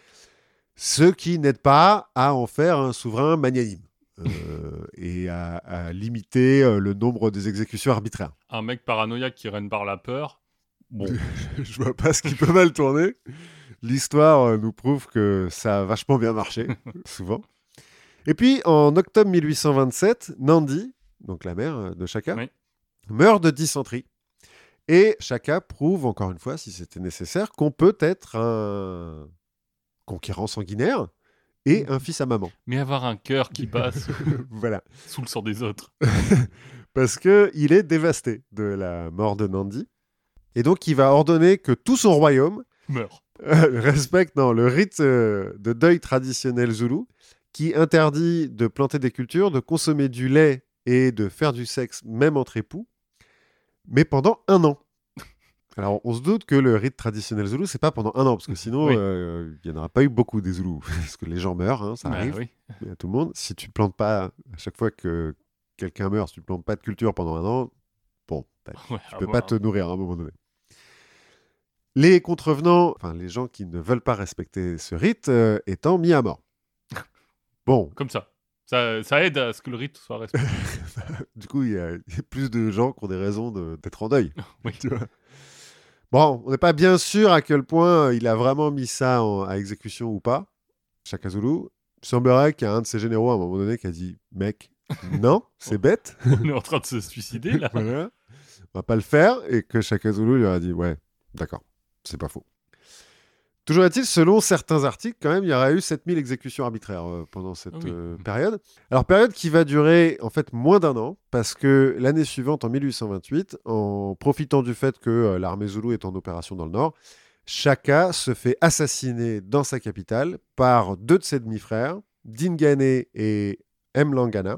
Ce qui n'aide pas à en faire un souverain magnanime. Euh, et à, à limiter euh, le nombre des exécutions arbitraires. Un mec paranoïaque qui règne par la peur. Bon, Je vois pas ce qui peut mal tourner. L'histoire euh, nous prouve que ça a vachement bien marché, souvent. Et puis, en octobre mille huit cent vingt-sept, Nandi, donc la mère euh, de Shaka, oui. meurt de dysenterie. Et Shaka prouve, encore une fois, si c'était nécessaire, qu'on peut être un conquérant sanguinaire et un fils à maman. Mais avoir un cœur qui passe Voilà. sous le sang des autres. Parce qu'il est dévasté de la mort de Nandi. Et donc, il va ordonner que tout son royaume Meurt. euh, respecte non, le rite euh, de deuil traditionnel zoulou qui interdit de planter des cultures, de consommer du lait et de faire du sexe, même entre époux, mais pendant un an. Alors, on se doute que le rite traditionnel zoulou, c'est pas pendant un an, parce que sinon, Oui. euh, il n'y en aura pas eu beaucoup des zoulous, parce que les gens meurent, hein, ça Bah arrive oui. à tout le monde. Si tu plantes pas, à chaque fois que quelqu'un meurt, si tu plantes pas de culture pendant un an, bon, bah, Ouais, tu à peux voir. pas te nourrir à un moment donné. Les contrevenants, enfin les gens qui ne veulent pas respecter ce rite, euh, étant mis à mort. Bon, Comme ça. ça. Ça aide à ce que le rite soit respecté. du coup, il y, a il y a plus de gens qui ont des raisons de- d'être en deuil. Oui. Tu vois. Bon, on n'est pas bien sûr à quel point il a vraiment mis ça en- à exécution ou pas, Shaka Zulu. Il semblerait qu'il y a un de ses généraux à un moment donné qui a dit « Mec, non, c'est bête. On est en train de se suicider, là. Voilà. On va pas le faire. » Et que Shaka Zulu lui a dit « Ouais, d'accord, c'est pas faux. » Toujours est-il, selon certains articles, quand même, il y aurait eu sept mille exécutions arbitraires euh, pendant cette Ah oui. euh, période. Alors, période qui va durer en fait moins d'un an, parce que l'année suivante, en mille huit cent vingt-huit, en profitant du fait que euh, l'armée Zoulou est en opération dans le nord, Shaka se fait assassiner dans sa capitale par deux de ses demi-frères, Dingane et Mlangana,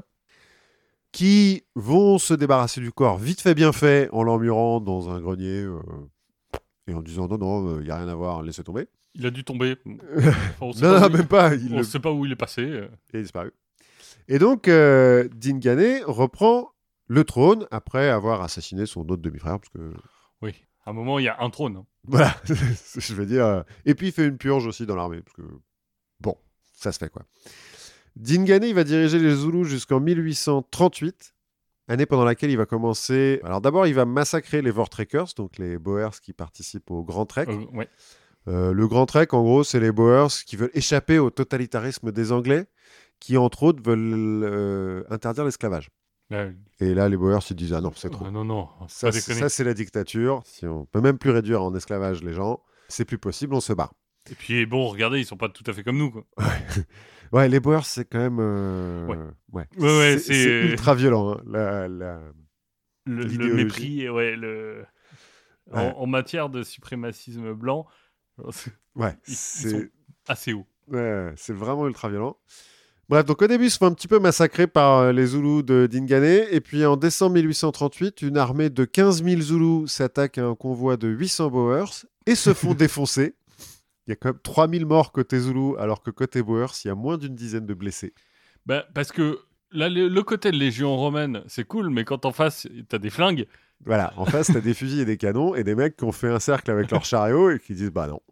qui vont se débarrasser du corps vite fait bien fait en l'emmurant dans un grenier euh, et en disant non, non, il n'y a rien à voir, laissez tomber. Il a dû tomber. Enfin, on sait Non, pas non, où il- même pas. Il On le- sait pas où il est passé. euh. il a disparu. Et donc, euh, Dingane reprend le trône après avoir assassiné son autre demi-frère. Parce que, Oui. À un moment, il y a un trône. hein. voilà, je veux dire. euh, Et puis, il fait une purge aussi dans l'armée. Parce que, bon, ça se fait quoi. Dingane, il va diriger les Zoulous jusqu'en mille huit cent trente-huit, année pendant laquelle il va commencer. Alors, d'abord, il va massacrer les Vortrekkers, donc les Boers qui participent au Grand Trek. Euh, ouais. Euh, le Grand Trek, en gros, c'est les Boers qui veulent échapper au totalitarisme des Anglais, qui, entre autres, veulent euh, interdire l'esclavage. Là, Et là, les Boers se disent « Ah non, c'est trop. euh, non, non, c'est Ça, pas c'est- déconner. ça, c'est la dictature. Si on peut même plus réduire en esclavage les gens, c'est plus possible, on se barre. » Et puis, bon, regardez, ils sont pas tout à fait comme nous, quoi. Ouais, les Boers, c'est quand même... euh, Ouais. ouais. Ouais, ouais, c'est, c'est- c'est ultra violent, hein, la, la- Le, le l'idéologie. mépris, et ouais, le... En, Ouais. en matière de suprémacisme blanc, c'est Ouais, Ils- ils c'est... sont- assez haut. Ouais, c'est vraiment ultra violent. Bref, donc au début, ils se font un petit peu massacrer par euh, les Zoulous de Dingane. Et puis en décembre mille huit cent trente-huit, une armée de quinze mille Zoulous s'attaque à un convoi de huit cents Boers et se font défoncer. Il y a quand même trois mille morts côté Zoulou, alors que côté Boers, il y a moins d'une dizaine de blessés. Bah, parce que là, le, le côté de Légion romaine, c'est cool, mais quand en face, t'as des flingues, Voilà, en face, t'as des fusils et des canons et des mecs qui ont fait un cercle avec leur chariot et qui disent bah non.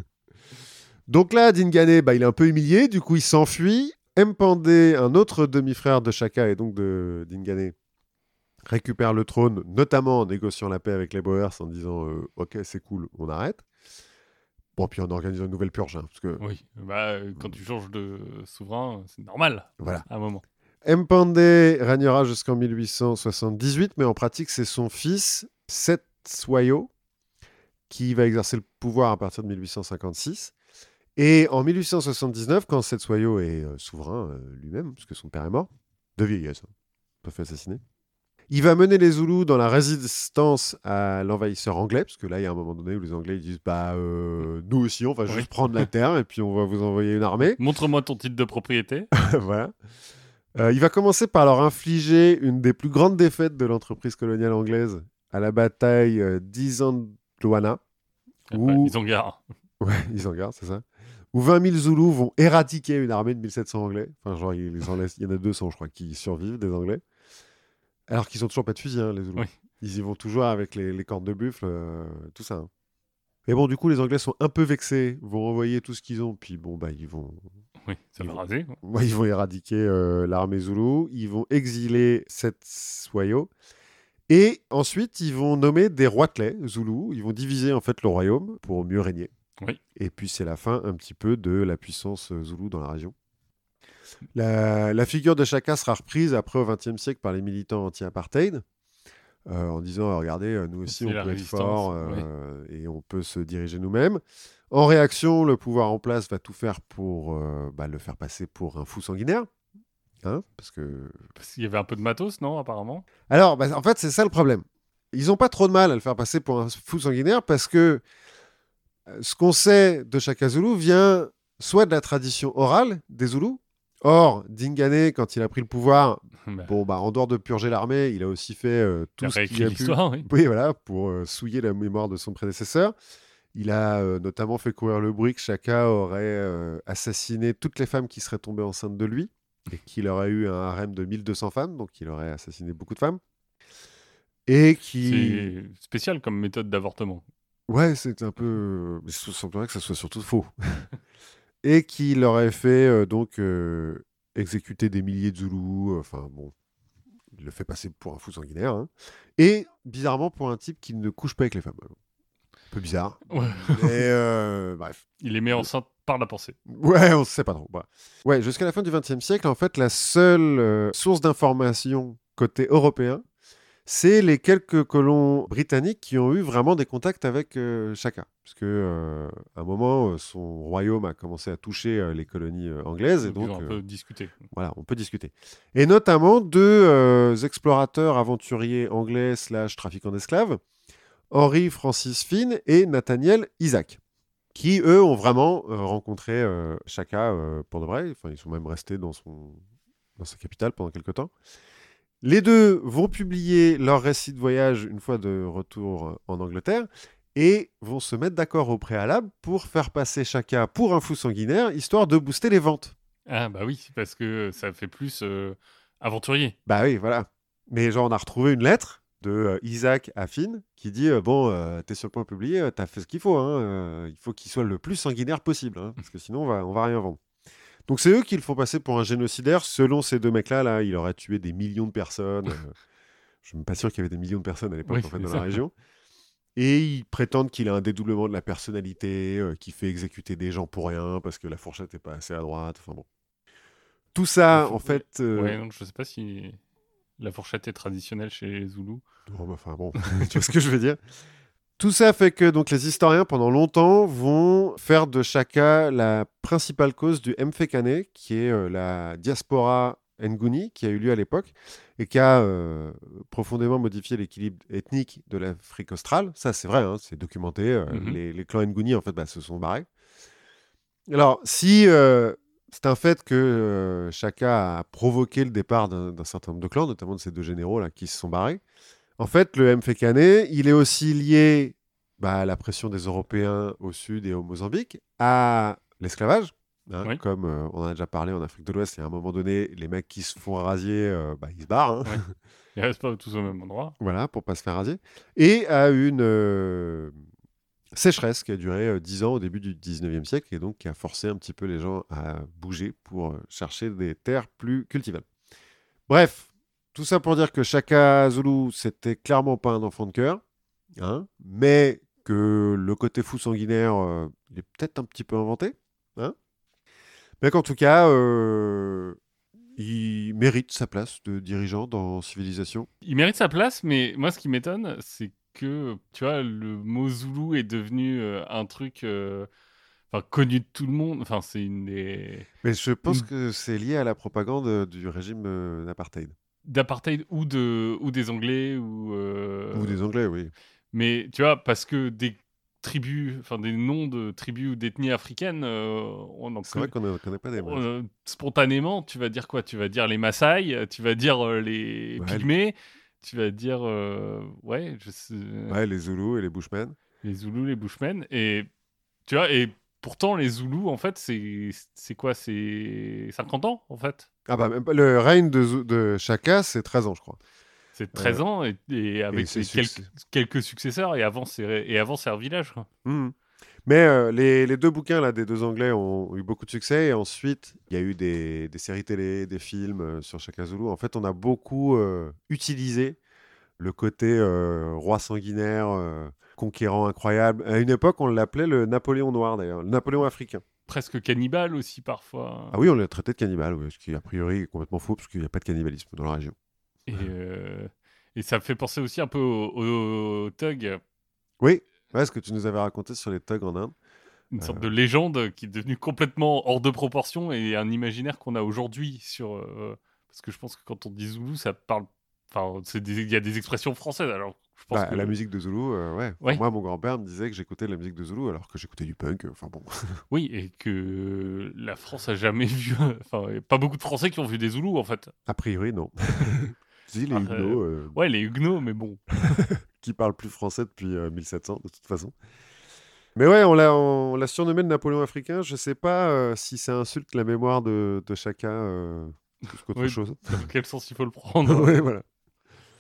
Donc là, Dingane, bah, il est un peu humilié, du coup, il s'enfuit. Mpande, un autre demi-frère de Shaka et donc de Dingane, récupère le trône, notamment en négociant la paix avec les Boers en disant euh, ok, c'est cool, on arrête. Bon, puis en organisant une nouvelle purge, hein, parce que oui, bah, euh, quand tu changes de souverain, c'est normal, voilà. à un moment. Mpande régnera jusqu'en mille huit cent soixante-dix-huit, mais en pratique, c'est son fils, Setswayo, qui va exercer le pouvoir à partir de mille huit cent cinquante-six. Et en mille huit cent soixante-dix-neuf, quand Setswayo est euh, souverain euh, lui-même, parce que son père est mort, de vieillesse, hein, pas fait assassiner, il va mener les Zoulous dans la résistance à l'envahisseur anglais, parce que là, il y a un moment donné où les Anglais ils disent bah euh, nous aussi, on va Oui. juste prendre la terre et puis on va vous envoyer une armée. Montre-moi ton titre de propriété. Voilà. Euh, il va commencer par leur infliger une des plus grandes défaites de l'entreprise coloniale anglaise à la bataille euh, d'Isandlwana. Ouais, Où... ils ont gare. Ouais, ils en gardent, c'est ça. Où vingt mille Zoulous vont éradiquer une armée de mille sept cents Anglais. Enfin, genre, ils en laissent... il y en a deux cents, je crois, qui survivent, des Anglais. Alors qu'ils ont toujours pas de fusil, hein, les Zoulous. Oui. Ils y vont toujours avec les, les cornes de buffle, euh, tout ça. Hein. Et bon, du coup, les Anglais sont un peu vexés, vont envoyer tout ce qu'ils ont, puis bon, bah, ils vont... Oui, ça Ils va vont- raser. quoi. Ouais, ils vont éradiquer euh, l'armée Zoulou, ils vont exiler Setswayo, et ensuite ils vont nommer des roitelets Zoulous, ils vont diviser en fait le royaume pour mieux régner. Oui. Et puis c'est la fin un petit peu de la puissance euh, Zoulou dans la région. La, la figure de Shaka sera reprise après au vingtième siècle par les militants anti-apartheid, euh, en disant regardez, euh, nous aussi C'est on la peut être résistance, fort euh, et on peut se diriger nous-mêmes. En réaction, le pouvoir en place va tout faire pour euh, bah, le faire passer pour un fou sanguinaire. Hein, parce que... Parce qu'il y avait un peu de matos, non, apparemment. Alors, bah, en fait, c'est ça le problème. Ils n'ont pas trop de mal à le faire passer pour un fou sanguinaire parce que euh, ce qu'on sait de Shaka Zulu vient soit de la tradition orale des Zoulous. Or, Dingane, quand il a pris le pouvoir, Bah, bon, bah, en dehors de purger l'armée, il a aussi fait euh, il a tout ce qu'il réécrit a pu. l'histoire, oui. Oui, voilà, pour euh, souiller la mémoire de son prédécesseur. Il a euh, notamment fait courir le bruit que Shaka aurait euh, assassiné toutes les femmes qui seraient tombées enceintes de lui et qu'il aurait eu un harem de mille deux cents femmes, donc il aurait assassiné beaucoup de femmes. Et qui... C'est spécial comme méthode d'avortement. Ouais, c'est un peu... Il semblerait que ça soit surtout faux. Et qui leur aurait fait euh, donc euh, exécuter des milliers de Zoulous. Enfin bon, il le fait passer pour un fou sanguinaire. Hein. Et bizarrement pour un type qui ne couche pas avec les femmes. Un peu bizarre. Ouais. Mais euh, bref. Il les met enceinte par la pensée. Ouais, on ne sait pas trop. Bah. Ouais, jusqu'à la fin du vingtième siècle, en fait, la seule euh, source d'information côté européen, c'est les quelques colons britanniques qui ont eu vraiment des contacts avec euh, Chaka. Parce qu'à euh, un moment, euh, son royaume a commencé à toucher euh, les colonies euh, anglaises. Donc, et donc, ils ont un euh, peu discuté. Voilà, on peut discuter. Et notamment deux euh, explorateurs aventuriers anglais slash trafiquants d'esclaves, Henry Francis Finn et Nathaniel Isaac, qui, eux, ont vraiment euh, rencontré euh, Chaka euh, pour de vrai. Enfin, ils sont même restés dans, son... dans sa capitale pendant quelques temps. Les deux vont publier leur récit de voyage une fois de retour en Angleterre et vont se mettre d'accord au préalable pour faire passer Chaka pour un fou sanguinaire, histoire de booster les ventes. Ah bah oui, parce que ça fait plus euh, aventurier. Bah oui, voilà. Mais genre, on a retrouvé une lettre de euh, Isaac à Finn qui dit euh, bon, euh, t'es sur le point de publier, euh, t'as fait ce qu'il faut. Hein, euh, il faut qu'il soit le plus sanguinaire possible, hein, parce que sinon, on va, on va rien vendre. Donc, c'est eux qui le font passer pour un génocidaire. Selon ces deux mecs-là, là, il aurait tué des millions de personnes. Euh, je suis même pas sûr qu'il y avait des millions de personnes à l'époque Oui, en fait, c'est dans ça. la région. Et ils prétendent qu'il a un dédoublement de la personnalité, euh, qui fait exécuter des gens pour rien parce que la fourchette n'est pas assez à droite. Enfin bon. Tout ça, Faut- en fait. euh, Ouais, non, je sais pas si la fourchette est traditionnelle chez les Zoulous. Oh, bah, enfin bon, tu vois ce que je veux dire. Tout ça fait que donc les historiens pendant longtemps vont faire de Chaka la principale cause du Mfekane, qui est euh, la diaspora Nguni qui a eu lieu à l'époque et qui a euh, profondément modifié l'équilibre ethnique de l'Afrique australe. Ça c'est vrai, hein, c'est documenté. euh, Mhm. les, les clans Nguni en fait bah, se sont barrés. Alors si euh, c'est un fait que euh, Chaka a provoqué le départ d'un d'un certain nombre de clans, notamment de ces deux généraux là qui se sont barrés. En fait, le Mfekane, il est aussi lié bah, à la pression des Européens au sud et au Mozambique, à l'esclavage. Hein, Oui, comme euh, on en a déjà parlé en Afrique de l'Ouest, il y a un moment donné, les mecs qui se font rasier, euh, bah, ils se barrent. Hein, ouais. Ils restent pas tous au même endroit. voilà, pour pas se faire rasier. Et à une euh, sécheresse qui a duré euh, dix ans au début du dix-neuvième siècle et donc qui a forcé un petit peu les gens à bouger pour euh, chercher des terres plus cultivables. Bref, tout ça pour dire que Chaka Zulu, c'était clairement pas un enfant de cœur, hein, mais que le côté fou sanguinaire, euh, il est peut-être un petit peu inventé, hein, mais qu'en tout cas, euh, il mérite sa place de dirigeant dans Civilisation. Il mérite sa place, mais moi, ce qui m'étonne, c'est que, tu vois, le mot Zoulou est devenu euh, un truc euh, enfin, connu de tout le monde. Enfin, c'est une des... Mais je pense une- que c'est lié à la propagande euh, du régime euh, d'apartheid. d'apartheid ou, de... ou des Anglais ou... euh, Ou des Anglais, oui. Mais, tu vois, parce que des tribus, enfin, des noms de tribus ou d'ethnies africaines, euh, on en C'est vrai connaît... qu'on ne connaît pas des masses. Euh, spontanément, tu vas dire quoi? Tu vas dire les Maasai, tu vas dire euh, les Ouais, Pygmées, tu vas dire euh, ouais, je sais, ouais, les Zoulous et les Bushmen. les Zoulous, les Bushmen. Et tu vois, et pourtant les Zoulous, en fait, c'est c'est quoi? C'est cinquante ans, en fait. Ah bah, même pas- le règne de, Zou- de Chaka, c'est treize ans, je crois. C'est Euh, treize ans et, et et avec c'est les succès. quelques, quelques successeurs et avant c'est et avant c'est un village, quoi. Mhm. Mais euh, les, les deux bouquins là, des deux Anglais ont eu beaucoup de succès. Et ensuite, il y a eu des, des séries télé, des films euh, sur Chaka Zulu. En fait, on a beaucoup euh, utilisé le côté euh, roi sanguinaire, euh, conquérant incroyable. À une époque, on l'appelait le Napoléon noir d'ailleurs, le Napoléon africain. Presque cannibale aussi parfois. Ah oui, on l'a traité de cannibale, ouais, ce qui a priori est complètement faux parce qu'il n'y a pas de cannibalisme dans la région. Et, euh, et ça me fait penser aussi un peu aux au, au thugs. Oui, ouais, ce que tu nous avais raconté sur les thugs en Inde. Une Euh, sorte de légende qui est devenue complètement hors de proportion et un imaginaire qu'on a aujourd'hui sur. euh, parce que je pense que quand on dit Zoulou, ça parle. Enfin, c'est des- il y a des expressions françaises. Alors, je pense Bah, que. la musique de Zulu, euh, ouais. Enfin, Ouais, moi, mon grand-père me disait que j'écoutais de la musique de Zulu alors que j'écoutais du punk. euh, Enfin bon. oui, et que la France a jamais vu. Enfin, il y a pas beaucoup de Français qui ont vu des Zoulous en fait. A priori, non. Si, les Après, euh, Huguenots, euh, ouais, les Huguenots, mais bon. qui parlent plus français depuis euh, mille sept cents, de toute façon. Mais ouais, on l'a, on l'a surnommé le Napoléon africain. Je sais pas euh, si ça insulte la mémoire de, de chacun euh, plus qu'autre Oui, chose. dans quel sens il faut le prendre? Ouais, voilà.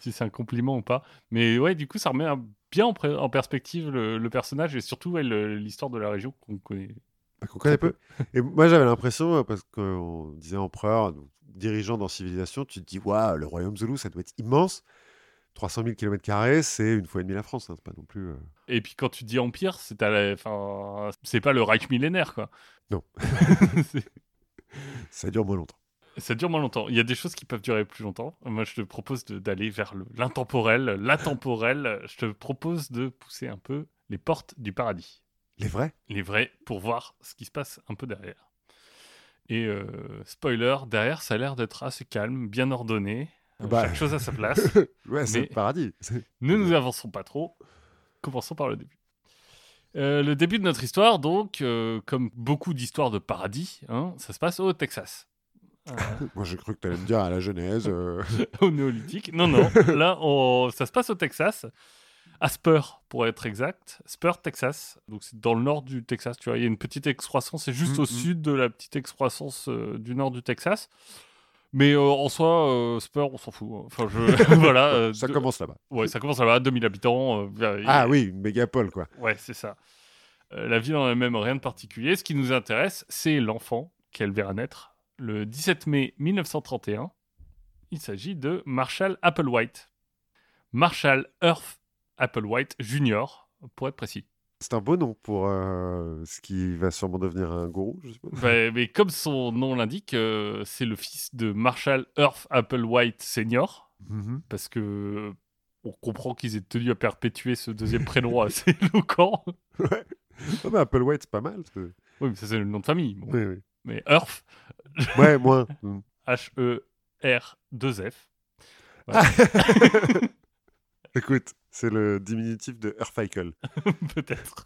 si c'est un compliment ou pas. Mais ouais, du coup, ça remet un- bien en, pré- en perspective le, le personnage et surtout ouais, le- l'histoire de la région qu'on connaît Ah, qu'on très connaît peu. peu. Et moi, j'avais l'impression, euh, parce qu'on disait empereur, donc, dirigeant dans Civilisation, tu te dis, waouh, le royaume Zoulou, ça doit être immense. trois cent mille kilomètres carrés, c'est une fois et demie la France, hein, c'est pas non plus. euh, Et puis quand tu dis empire, c'est à la- enfin, c'est pas le Reich millénaire, quoi. Non, C'est- ça dure moins longtemps. Ça dure moins longtemps. Il y a des choses qui peuvent durer plus longtemps. Moi, je te propose de- d'aller vers le- l'intemporel, l'atemporel. Je te propose de pousser un peu les portes du paradis. Les vrais? Les vrais, pour voir ce qui se passe un peu derrière. Et euh, spoiler, derrière, ça a l'air d'être assez calme, bien ordonné. Euh, Bah, Chaque chose à sa place. ouais, c'est Mais le paradis. C'est- ne nous avançons pas trop. Commençons par le début. Euh, le début de notre histoire, donc, euh, comme beaucoup d'histoires de paradis, hein, ça se passe au Texas. Euh, Moi, j'ai cru que tu allais me dire à la Genèse. euh, au néolithique. Non, non. Là, on- ça se passe au Texas, à Spur, pour être exact. Spur, Texas. Donc, c'est dans le nord du Texas. Tu vois, il y a une petite excroissance. C'est juste Mm, au mm. sud de la petite excroissance euh, du nord du Texas. Mais euh, en soi, euh, Spur, on s'en fout. hein. Enfin, je... voilà. euh, Ça deux- commence là-bas. Ouais, ça commence là-bas, deux mille habitants. euh, Ah et- oui, une mégapole, quoi. Ouais, c'est ça. Euh, la ville en elle-même, rien de particulier. Ce qui nous intéresse, c'est l'enfant qu'elle verra naître le dix-sept mai mille neuf cent trente et un. Il s'agit de Marshall Applewhite. Marshall Earth Applewhite Junior, pour être précis. C'est un beau nom pour euh, ce qui va sûrement devenir un gourou, je suppose. Bah, mais comme son nom l'indique, euh, c'est le fils de Marshall Earth Applewhite Senior, Mhm. parce que on comprend qu'ils aient tenu à perpétuer ce deuxième prénom assez éloquent. Ouais. Oh, mais Applewhite, c'est pas mal. c'est- Oui, mais ça c'est le nom de famille. Bon. Oui, oui. Mais Earth, Ouais, moins. Mm. H E R deux F. Voilà. Écoute, c'est le diminutif de Urficle. Peut-être.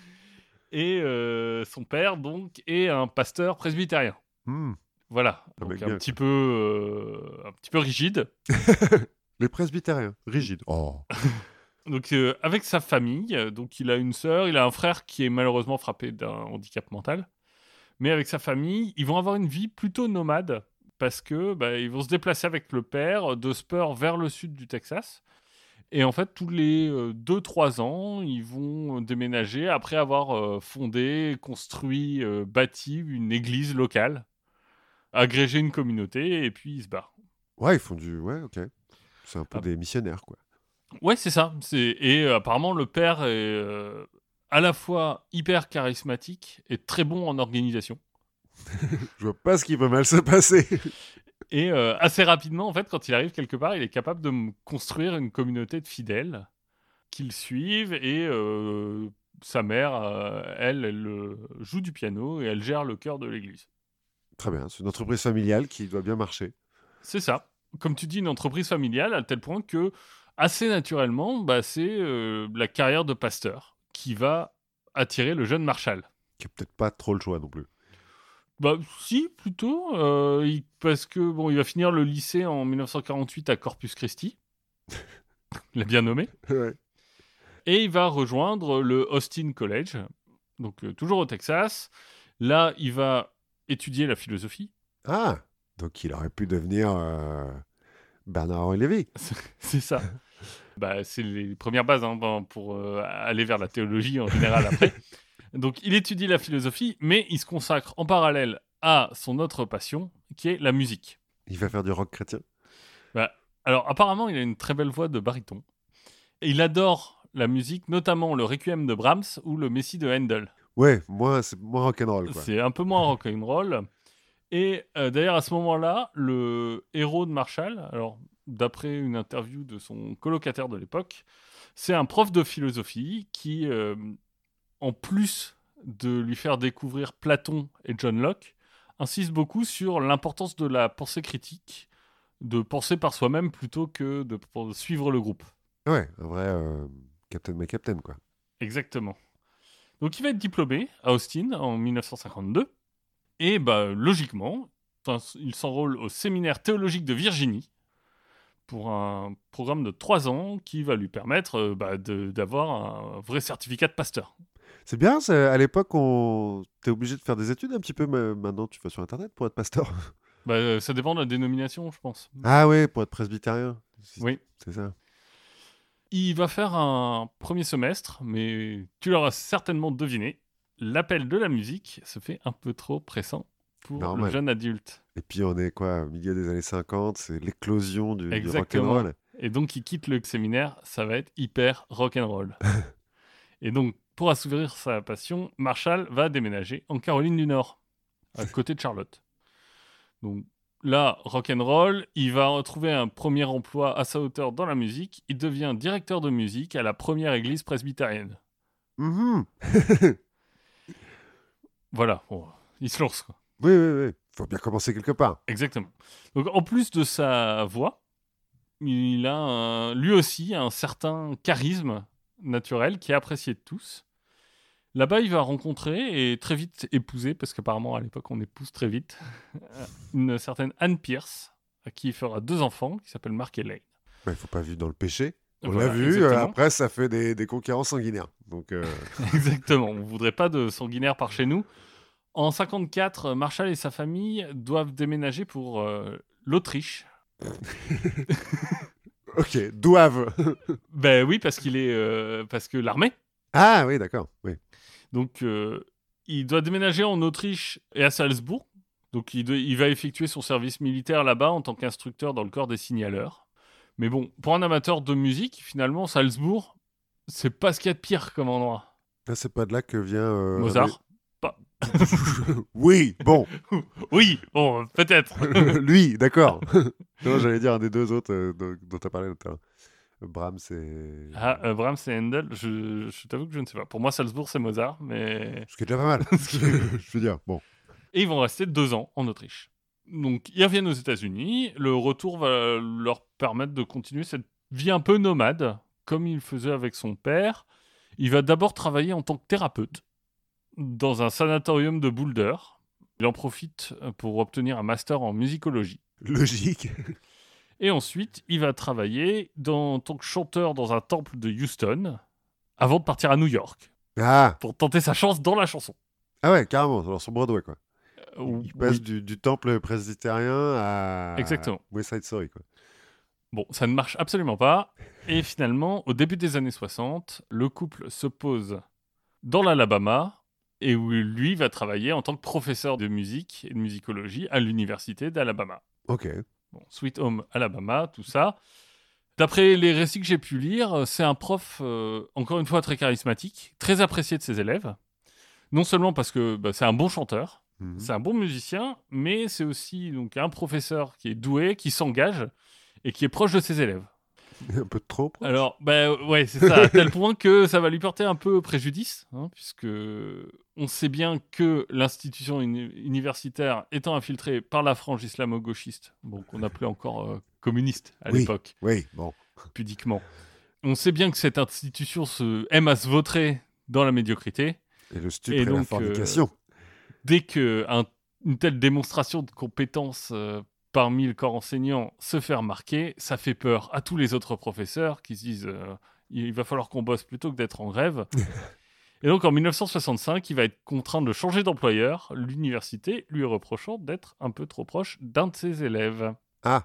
Et euh, son père, donc, est un pasteur presbytérien. Hmm. Voilà. Un Donc mec un bien, petit peu, euh, un petit peu rigide. Les presbytériens, rigides. Oh. Donc euh, avec sa famille, euh, donc il a une sœur, il a un frère qui est malheureusement frappé d'un handicap mental. Mais avec sa famille, ils vont avoir une vie plutôt nomade parce que bah, ils vont se déplacer avec le père de Spur vers le sud du Texas. Et en fait, tous les deux trois ans, ils vont déménager après avoir euh, fondé, construit, euh, bâti une église locale, agrégé une communauté, et puis ils se barrent. Ouais, ils font du. Ouais, ok. C'est un peu Ah. des missionnaires, quoi. Ouais, c'est ça. C'est... Et euh, apparemment, le père est euh, à la fois hyper charismatique et très bon en organisation. Je vois pas ce qui peut mal se passer. Et euh, assez rapidement, en fait, quand il arrive quelque part, il est capable de m- construire une communauté de fidèles qui le suivent. Et euh, sa mère, euh, elle, elle euh, joue du piano et elle gère le chœur de l'église. Très bien, c'est une entreprise familiale qui doit bien marcher. C'est ça. Comme tu dis, une entreprise familiale à tel point que, assez naturellement, bah, c'est euh, la carrière de pasteur qui va attirer le jeune Marshall. Qui a peut-être pas trop le choix non plus. Bah si, plutôt, euh, il- parce que bon, il va finir le lycée en mille neuf cent quarante-huit à Corpus Christi, il l'a bien nommé, Ouais. et il va rejoindre le Austin College, donc euh, toujours au Texas. Là, il va étudier la philosophie. Ah, donc il aurait pu devenir euh, Bernard-Henri Lévy. C'est ça. Bah, c'est les premières bases hein, ben, pour euh, aller vers la théologie en général après. Donc, il étudie la philosophie, mais il se consacre en parallèle à son autre passion, qui est la musique. Il va faire du rock chrétien. Bah, alors, apparemment, il a une très belle voix de baryton. Et il adore la musique, notamment le Requiem de Brahms ou le Messie de Handel. Ouais, moi, c'est moins rock'n'roll, quoi. C'est un peu moins rock'n'roll. Et euh, d'ailleurs, à ce moment-là, le héros de Marshall, alors d'après une interview de son colocataire de l'époque, c'est un prof de philosophie qui, euh, en plus de lui faire découvrir Platon et John Locke, insiste beaucoup sur l'importance de la pensée critique, de penser par soi-même plutôt que de p- suivre le groupe. Ouais, un vrai euh, Captain My Captain, quoi. Exactement. Donc il va être diplômé à Austin en mille neuf cent cinquante-deux. Et bah, logiquement, enfin, il s'enrôle au séminaire théologique de Virginie pour un programme de trois ans qui va lui permettre euh, bah, de- d'avoir un vrai certificat de pasteur. C'est bien, c'est- à l'époque, on... t'es obligé de faire des études un petit peu, mais maintenant tu vas sur Internet pour être pasteur. Bah, euh, ça dépend de la dénomination, je pense. Ah ouais, pour être presbytérien. Si- Oui. C'est ça. Il va faire un premier semestre, mais tu l'auras certainement deviné, l'appel de la musique se fait un peu trop pressant pour Normal. le jeune adulte. Et puis on est quoi, au milieu des années cinquante, c'est l'éclosion du, du Exactement. rock'n'roll. Et donc, il quitte le séminaire, ça va être hyper rock'n'roll. Et donc, pour assouvir sa passion, Marshall va déménager en Caroline du Nord, à côté de Charlotte. Donc là, rock'n'roll, il va retrouver un premier emploi à sa hauteur dans la musique. Il devient directeur de musique à la première église presbytérienne. Mhm. Voilà, bon, il se lance, quoi. Oui, oui, oui. Faut bien commencer quelque part. Exactement. Donc, en plus de sa voix, il a un- lui aussi un certain charisme naturel qui est apprécié de tous. Là-bas, il va rencontrer et très vite épouser, parce qu'apparemment à l'époque on épouse très vite, une certaine Anne Pierce, à qui il fera deux enfants, qui s'appellent Mark et Lane. Il faut pas vivre dans le péché. On Voilà, l'a vu, exactement. euh, après ça fait des, des conquérants sanguinaires. Donc, euh, Exactement, on ne voudrait pas de sanguinaires par chez nous. En cinquante-quatre, Marshall et sa famille doivent déménager pour euh, l'Autriche. ok, doivent. Ben oui, parce qu'il est, euh, parce que l'armée. Ah oui, d'accord. Oui. Donc, euh, il doit déménager en Autriche et à Salzbourg. Donc, il, doit- il va effectuer son service militaire là-bas en tant qu'instructeur dans le corps des signaleurs. Mais bon, pour un amateur de musique, finalement, Salzbourg, c'est pas ce qu'il y a de pire comme endroit. Là, c'est pas de là que vient. euh, Mozart. Pas. oui, bon. Oui, bon, peut-être. Lui, d'accord. non, j'allais dire un des deux autres euh, dont dont tu as parlé tout à l'heure. Brahms et. Ah, euh, Brahms et Handel, je, je t'avoue que je ne sais pas. Pour moi, Salzbourg, c'est Mozart, mais... Ce qui est déjà pas mal. Je veux dire, bon. Et ils vont rester deux ans en Autriche. Donc, ils reviennent aux États-Unis. Le retour va leur permettre de continuer cette vie un peu nomade, comme il faisait avec son père. Il va d'abord travailler en tant que thérapeute dans un sanatorium de Boulder. Il en profite pour obtenir un master en musicologie. Logique. Et ensuite, il va travailler dans, en tant que chanteur dans un temple de Houston, avant de partir à New York, Ah. pour tenter sa chance dans la chanson. Ah ouais, carrément, alors sur Broadway, quoi. Euh, Il passe oui, du, du temple presbytérien à Exactement. West Side Story, quoi. Bon, ça ne marche absolument pas. Et finalement, au début des années soixante, le couple se pose dans l'Alabama, et où lui va travailler en tant que professeur de musique et de musicologie à l'université d'Alabama. Ok. Bon, Sweet Home Alabama, tout ça. D'après les récits que j'ai pu lire, c'est un prof, euh, encore une fois, très charismatique, très apprécié de ses élèves. Non seulement parce que bah, c'est un bon chanteur, Mhm. c'est un bon musicien, mais c'est aussi donc, un professeur qui est doué, qui s'engage et qui est proche de ses élèves. Un peu trop proche. Alors, bah, ouais, c'est ça, à tel point que ça va lui porter un peu préjudice, hein, puisque on sait bien que l'institution uni- universitaire étant infiltrée par la frange islamo-gauchiste, bon, qu'on appelait encore euh, communiste à Oui. l'époque, Oui, bon. pudiquement, on sait bien que cette institution se... aime à se vautrer dans la médiocrité. Et le stup Et et, la donc, fornication. Dès qu'une telle démonstration de compétence euh, parmi le corps enseignant se fait remarquer, ça fait peur à tous les autres professeurs qui se disent euh, il va falloir qu'on bosse plutôt que d'être en grève. Et donc en dix-neuf cent soixante-cinq, il va être contraint de changer d'employeur, l'université lui reprochant d'être un peu trop proche d'un de ses élèves. Ah,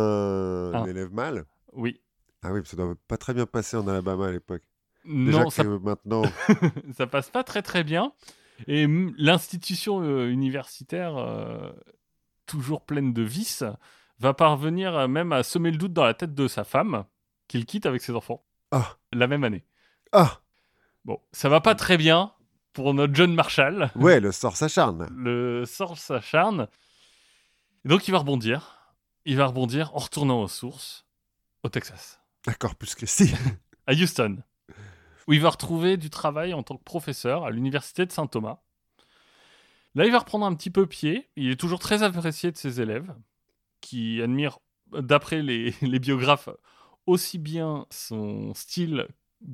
un, Un. élève mâle. Oui. Ah oui, ça doit pas très bien passer en Alabama à l'époque. Déjà Non, que ça, maintenant... ça passe pas très très bien. Et m- l'institution euh, universitaire, euh, toujours pleine de vices, va parvenir euh, même à semer le doute dans la tête de sa femme, qu'il quitte avec ses enfants, Ah, la même année. ah, Bon, ça va pas très bien pour notre John Marshall. ouais, le sort s'acharne. Le sort s'acharne. Et donc il va rebondir. Il va rebondir en retournant aux sources, au Texas, D'accord, plus que si. à Houston, où il va retrouver du travail en tant que professeur à l'université de Saint-Thomas. Là, il va reprendre un petit peu pied. Il est toujours très apprécié de ses élèves, qui admirent, d'après les, les biographes, aussi bien son style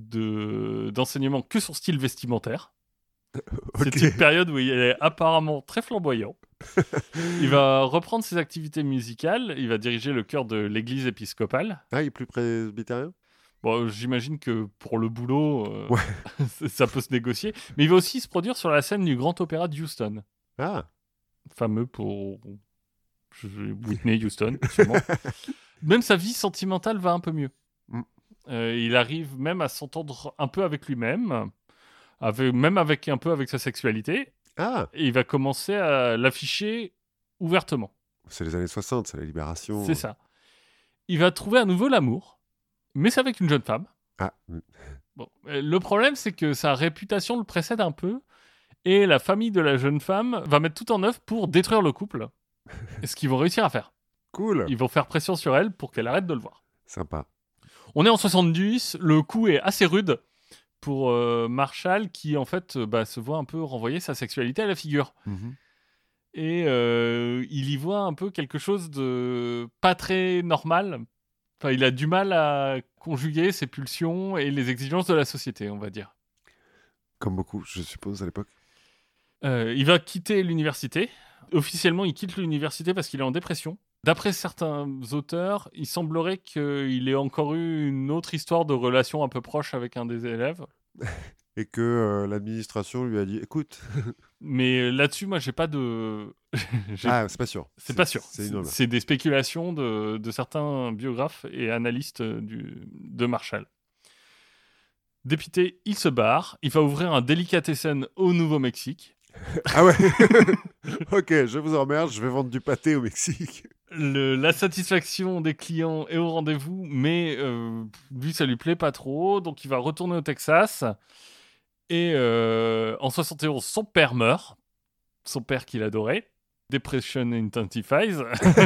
de, d'enseignement que son style vestimentaire. Ok. C'est une période où il est apparemment très flamboyant. Il va reprendre ses activités musicales. Il va diriger le chœur de l'église épiscopale. Ah, il est plus presbytérien. Bon, j'imagine que pour le boulot, euh, Ouais. ça peut se négocier. Mais il va aussi se produire sur la scène du Grand Opéra de Houston. Ah, Fameux pour je- Whitney Houston, sûrement. même sa vie sentimentale va un peu mieux. Mm. Euh, il arrive même à s'entendre un peu avec lui-même, avec, même avec un peu avec sa sexualité, Ah, et il va commencer à l'afficher ouvertement. c'est les années soixante, c'est la libération. C'est ça. Il va trouver à nouveau l'amour, mais c'est avec une jeune femme. Ah, mm. Bon, euh, le problème, c'est que sa réputation le précède un peu, et la famille de la jeune femme va mettre tout en œuvre pour détruire le couple. Et ce qu'ils vont réussir à faire. Cool. Ils vont faire pression sur elle pour qu'elle arrête de le voir. Sympa. On est en soixante-dix, le coup est assez rude pour euh, Marshall qui en fait euh, bah, se voit un peu renvoyer sa sexualité à la figure. Mhm. Et euh, il y voit un peu quelque chose de pas très normal. Enfin, il a du mal à conjuguer ses pulsions et les exigences de la société, on va dire. Comme beaucoup, je suppose, à l'époque. Euh, il va quitter l'université. Officiellement, il quitte l'université parce qu'il est en dépression. D'après certains auteurs, il semblerait qu'il ait encore eu une autre histoire de relation un peu proche avec un des élèves. Et que euh, l'administration lui a dit, écoute. Mais là-dessus, moi, j'ai pas de... j'ai... Ah, c'est pas sûr. C'est pas sûr. C'est, c'est, c'est des spéculations de, de certains biographes et analystes du, de Marshall. Dépité, il se barre. Il va ouvrir un délicatessen au Nouveau-Mexique. Ah ouais. Ok, je vous emmerde, je vais vendre du pâté au Mexique. Le, la satisfaction des clients est au rendez-vous, mais euh, lui, ça lui plaît pas trop, donc il va retourner au Texas. Et euh, en soixante et onze, son père meurt, son père qu'il adorait. Depression intensifies.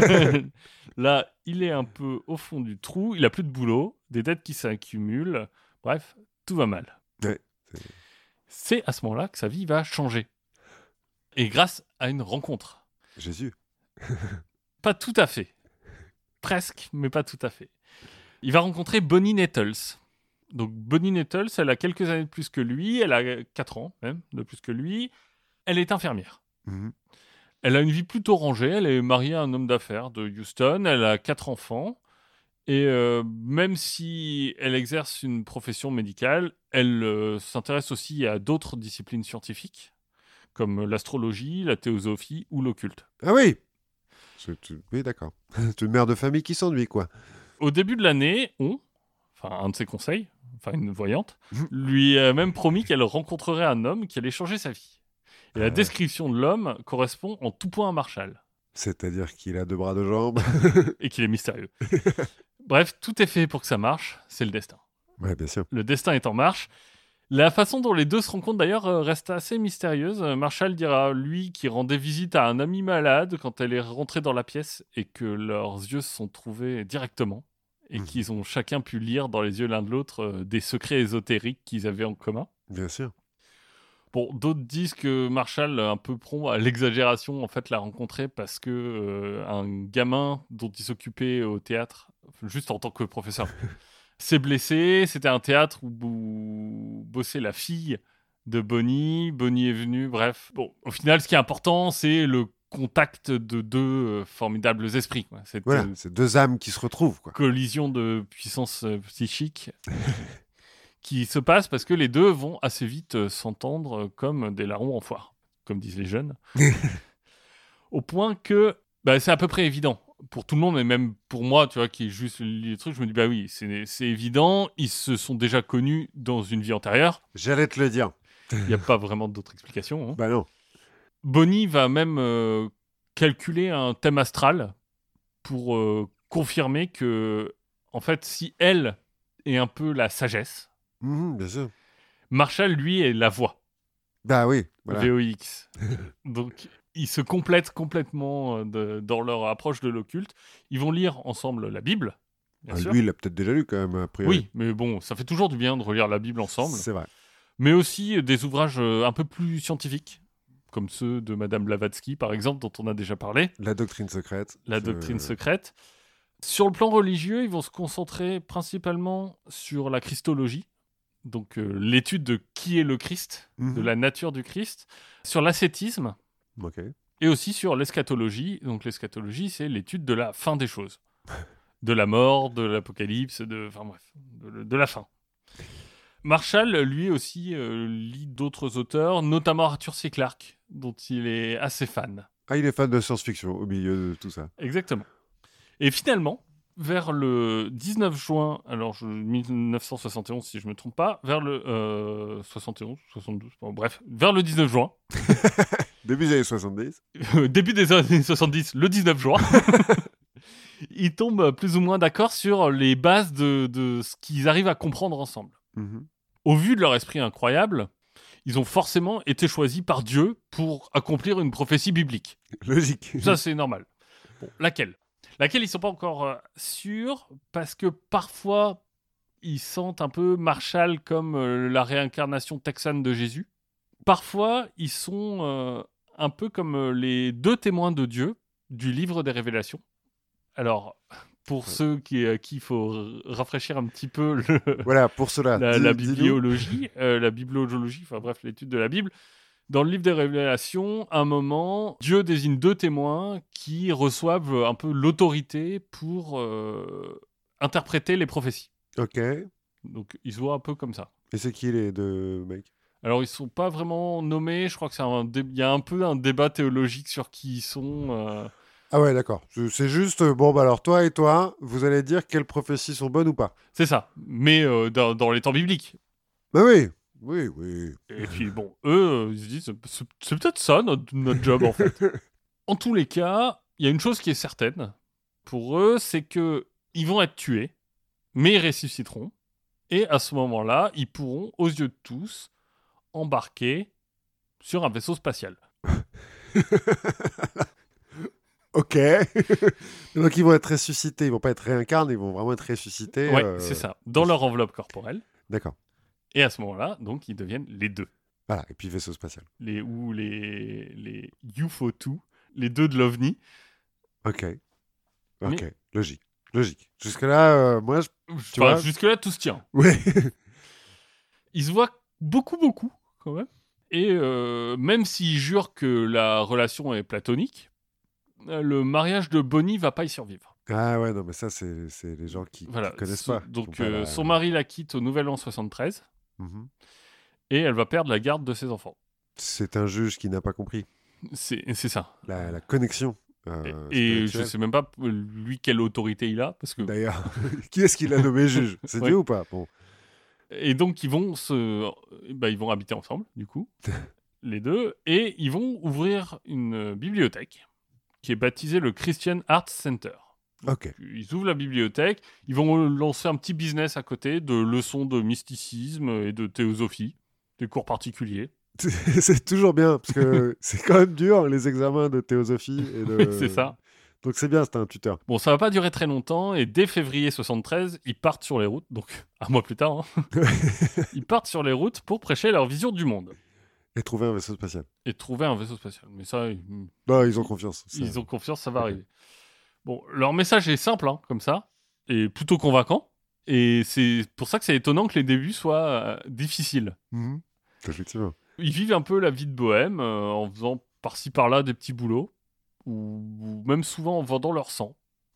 Là, il est un peu au fond du trou, il a plus de boulot, des dettes qui s'accumulent. Bref, tout va mal. Ouais, c'est... C'est à ce moment-là que sa vie va changer. Et grâce à une rencontre. Jésus. Pas tout à fait. Presque, mais pas tout à fait. Il va rencontrer Bonnie Nettles. Donc Bonnie Nettles, elle a quelques années de plus que lui, elle a quatre ans même de plus que lui. Elle est infirmière. Mhm. Elle a une vie plutôt rangée, elle est mariée à un homme d'affaires de Houston, elle a quatre enfants. Et euh, même si elle exerce une profession médicale, elle euh, s'intéresse aussi à d'autres disciplines scientifiques, comme l'astrologie, la théosophie ou l'occulte. Ah oui. Je, tu... Oui, d'accord. C'est une mère de famille qui s'ennuie, quoi. Au début de l'année, on, enfin un de ses conseils, enfin une voyante, lui a même promis qu'elle rencontrerait un homme qui allait changer sa vie. Et la Euh. description de l'homme correspond en tout point à Marshall. C'est-à-dire qu'il a deux bras, deux jambes. Et qu'il est mystérieux. Bref, tout est fait pour que ça marche, c'est le destin. Ouais, bien sûr. Le destin est en marche. La façon dont les deux se rencontrent d'ailleurs euh, reste assez mystérieuse. Marshall dira, lui, qu'il rendait visite à un ami malade quand elle est rentrée dans la pièce et que leurs yeux se sont trouvés directement et mmh. qu'ils ont chacun pu lire dans les yeux l'un de l'autre euh, des secrets ésotériques qu'ils avaient en commun. Bien sûr. Bon, d'autres disent que Marshall, un peu prompt à l'exagération, en fait, l'a rencontré parce que euh, un gamin dont il s'occupait au théâtre, juste en tant que professeur, s'est blessé. C'était un théâtre où, où bossait la fille de Bonnie. Bonnie est venue, bref. Bon, au final, ce qui est important, c'est le contact de deux euh, formidables esprits. Quoi. Cette, voilà, euh, c'est deux âmes qui se retrouvent, quoi. Collision de puissance euh, psychique qui se passe parce que les deux vont assez vite euh, s'entendre euh, comme des larrons en foire, comme disent les jeunes. Au point que bah, c'est à peu près évident. Pour tout le monde, et même pour moi, tu vois, qui juste lis le truc, je me dis, bah oui, c'est, c'est évident, ils se sont déjà connus dans une vie antérieure. J'allais te le dire. Il n'y a pas vraiment d'autres explications. Hein. Bah non. Bonnie va même euh, calculer un thème astral pour euh, confirmer que, en fait, si elle est un peu la sagesse, mmh, bien sûr. Marshall, lui, est la voix. Bah oui, voilà. V O X. Donc, ils se complètent complètement de, dans leur approche de l'occulte. Ils vont lire ensemble la Bible, bien ah, sûr. Lui, il l'a peut-être déjà lu quand même, a priori. Oui, mais bon, ça fait toujours du bien de relire la Bible ensemble. C'est vrai. Mais aussi des ouvrages un peu plus scientifiques, comme ceux de Madame Blavatsky, par exemple, dont on a déjà parlé. La doctrine secrète. La je... doctrine secrète. Sur le plan religieux, ils vont se concentrer principalement sur la christologie, donc euh, l'étude de qui est le Christ, mmh. de la nature du Christ, sur l'ascétisme, okay. et aussi sur l'eschatologie. Donc l'eschatologie, c'est l'étude de la fin des choses, de la mort, de l'apocalypse, de, enfin bref, de, de la fin. Marshall, lui aussi, euh, lit d'autres auteurs, notamment Arthur C. Clarke, dont il est assez fan. Ah, il est fan de science-fiction au milieu de tout ça. Exactement. Et finalement, vers le dix-neuf juin, alors je, mille neuf cent soixante et onze si je me trompe pas, vers le euh, soixante et onze, soixante-douze, bon, bref, vers le dix-neuf juin, Début des années soixante-dix. début des années soixante-dix, le dix-neuf juin, ils tombent plus ou moins d'accord sur les bases de, de ce qu'ils arrivent à comprendre ensemble. Mm-hmm. Au vu de leur esprit incroyable, ils ont forcément été choisis par Dieu pour accomplir une prophétie biblique. Logique. Ça, c'est normal. Bon, laquelle Laquelle ils sont pas encore euh, sûrs, parce que parfois, ils sentent un peu Marshall comme euh, la réincarnation texane de Jésus. Parfois, ils sont euh, un peu comme euh, les deux témoins de Dieu du livre des Révélations. Alors, pour ouais. ceux qui, à qui il faut r- rafraîchir un petit peu le, voilà, pour cela, la, dis, la bibliologie, euh, la bibliologie, enfin bref, l'étude de la Bible, dans le livre des Révélations, à un moment, Dieu désigne deux témoins qui reçoivent un peu l'autorité pour euh, interpréter les prophéties. Ok. Donc, ils se voient un peu comme ça. Et c'est qui les deux mecs ? Alors, ils sont pas vraiment nommés. Je crois que c'est un dé- il y a un peu un débat théologique sur qui ils sont. Euh... Ah ouais, d'accord. C'est juste, bon, bah alors toi et toi, vous allez dire quelles prophéties sont bonnes ou pas. C'est ça. Mais euh, dans, dans les temps bibliques. Bah oui. Oui, oui. Et puis bon, eux, ils se disent, c'est, c'est peut-être ça notre, notre job en fait. En tous les cas, il y a une chose qui est certaine. Pour eux, c'est que ils vont être tués, mais ils ressusciteront. Et à ce moment-là, ils pourront, aux yeux de tous, embarquer sur un vaisseau spatial. Ok. Donc ils vont être ressuscités, ils vont pas être réincarnés, ils vont vraiment être ressuscités. Ouais, euh... c'est ça. Dans leur enveloppe corporelle. D'accord. Et à ce moment-là, donc, ils deviennent les deux. Voilà, et puis vaisseau spatial. Les, ou les, les U F O deux, les deux de l'OVNI. Ok. Ok, Mais... logique. Logique. Jusque-là, euh, moi, je... tu enfin, vois... jusque-là, tout se tient. Oui. Ils se voient beaucoup, beaucoup, quand même. Et euh, même s'ils jurent que la relation est platonique, le mariage de Bonnie va pas y survivre. Ah ouais, non, mais ça, c'est, c'est les gens qui, voilà. qui connaissent Ce, pas. Donc, pas euh, la... son mari la quitte au Nouvel An soixante-treize. Mm-hmm. Et elle va perdre la garde de ses enfants. C'est un juge qui n'a pas compris. C'est, c'est ça. La, la connexion. Euh, et, et je sais même pas, lui, quelle autorité il a. Parce que... D'ailleurs, qui est-ce qui l'a nommé juge ? C'est ouais. Dieu ou pas ? Bon. Et donc, ils vont, se... bah, ils vont habiter ensemble, du coup, les deux. Et ils vont ouvrir une bibliothèque qui est baptisée le Christian Arts Center. Donc, okay. Ils ouvrent la bibliothèque, ils vont lancer un petit business à côté de leçons de mysticisme et de théosophie, des cours particuliers. C'est toujours bien, parce que c'est quand même dur, les examens de théosophie. Et de... c'est ça. Donc c'est bien, c'est un tuteur. Bon, ça va pas durer très longtemps, et dès février soixante-treize, ils partent sur les routes, donc un mois plus tard, hein. Ils partent sur les routes pour prêcher leur vision du monde. Et trouver un vaisseau spatial. Et trouver un vaisseau spatial. Mais ça... Ils, bah, ils ont confiance. Ça... Ils ont confiance, ça va arriver. Bon, leur message est simple, hein, comme ça, et plutôt convaincant. Et c'est pour ça que c'est étonnant que les débuts soient euh, difficiles. Mmh. Effectivement. Ils vivent un peu la vie de bohème, euh, en faisant par-ci par-là des petits boulots, ou, ou même souvent en vendant leur sang.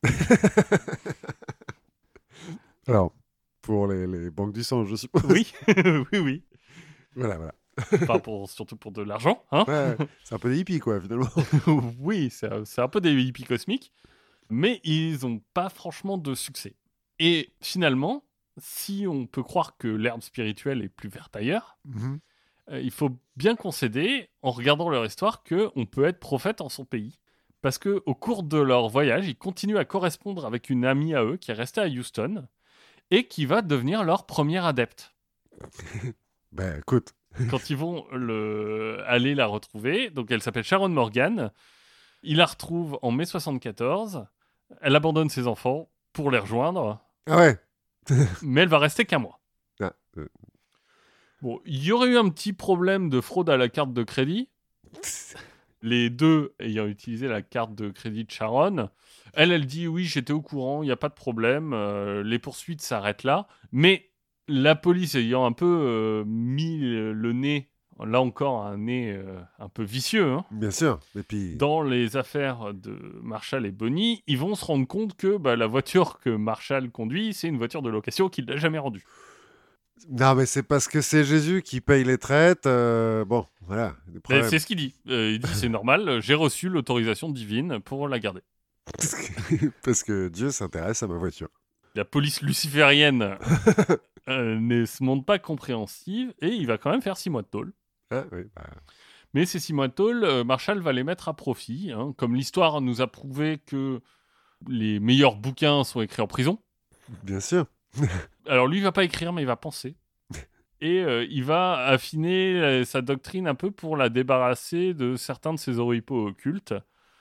Alors, pour les, les banques du sang, je suppose. Oui, oui, oui. Voilà, voilà. Enfin, pour, surtout pour de l'argent, hein. Ouais, c'est un peu des hippies, quoi, finalement. Oui, c'est, c'est un peu des hippies cosmiques, mais ils n'ont pas franchement de succès. Et finalement, si on peut croire que l'herbe spirituelle est plus verte ailleurs, mm-hmm. euh, il faut bien concéder, en regardant leur histoire, qu'on peut être prophète en son pays. Parce qu'au cours de leur voyage, ils continuent à correspondre avec une amie à eux qui est restée à Houston et qui va devenir leur première adepte. Ben, écoute. Quand ils vont le... aller la retrouver, donc elle s'appelle Sharon Morgan, ils la retrouvent en mai soixante-quatorze, elle abandonne ses enfants pour les rejoindre. Ah ouais. Mais elle va rester qu'un mois. Ah, euh... Bon, il y aurait eu un petit problème de fraude à la carte de crédit. Les deux ayant utilisé la carte de crédit de Sharon. Elle, elle dit oui, j'étais au courant, il n'y a pas de problème, euh, les poursuites s'arrêtent là. Mais la police ayant un peu euh, mis le nez, là encore un nez euh, un peu vicieux, hein, bien sûr. Et puis... dans les affaires de Marshall et Bonnie, ils vont se rendre compte que bah, la voiture que Marshall conduit, c'est une voiture de location qu'il n'a jamais rendue. Non, mais c'est parce que c'est Jésus qui paye les traites. Euh, bon, voilà. C'est ce qu'il dit. Euh, il dit c'est normal, j'ai reçu l'autorisation divine pour la garder. Parce que, parce que Dieu s'intéresse à ma voiture. La police luciférienne euh, ne se montre pas compréhensive et il va quand même faire six mois de tôle. Ah, oui, bah, Mais ces six mois de tôle, euh, Marshall va les mettre à profit. Hein. Comme l'histoire nous a prouvé que les meilleurs bouquins sont écrits en prison. bien sûr. Alors lui, il va pas écrire, mais il va penser. Et euh, il va affiner euh, sa doctrine un peu pour la débarrasser de certains de ses oripeaux occultes. Euh,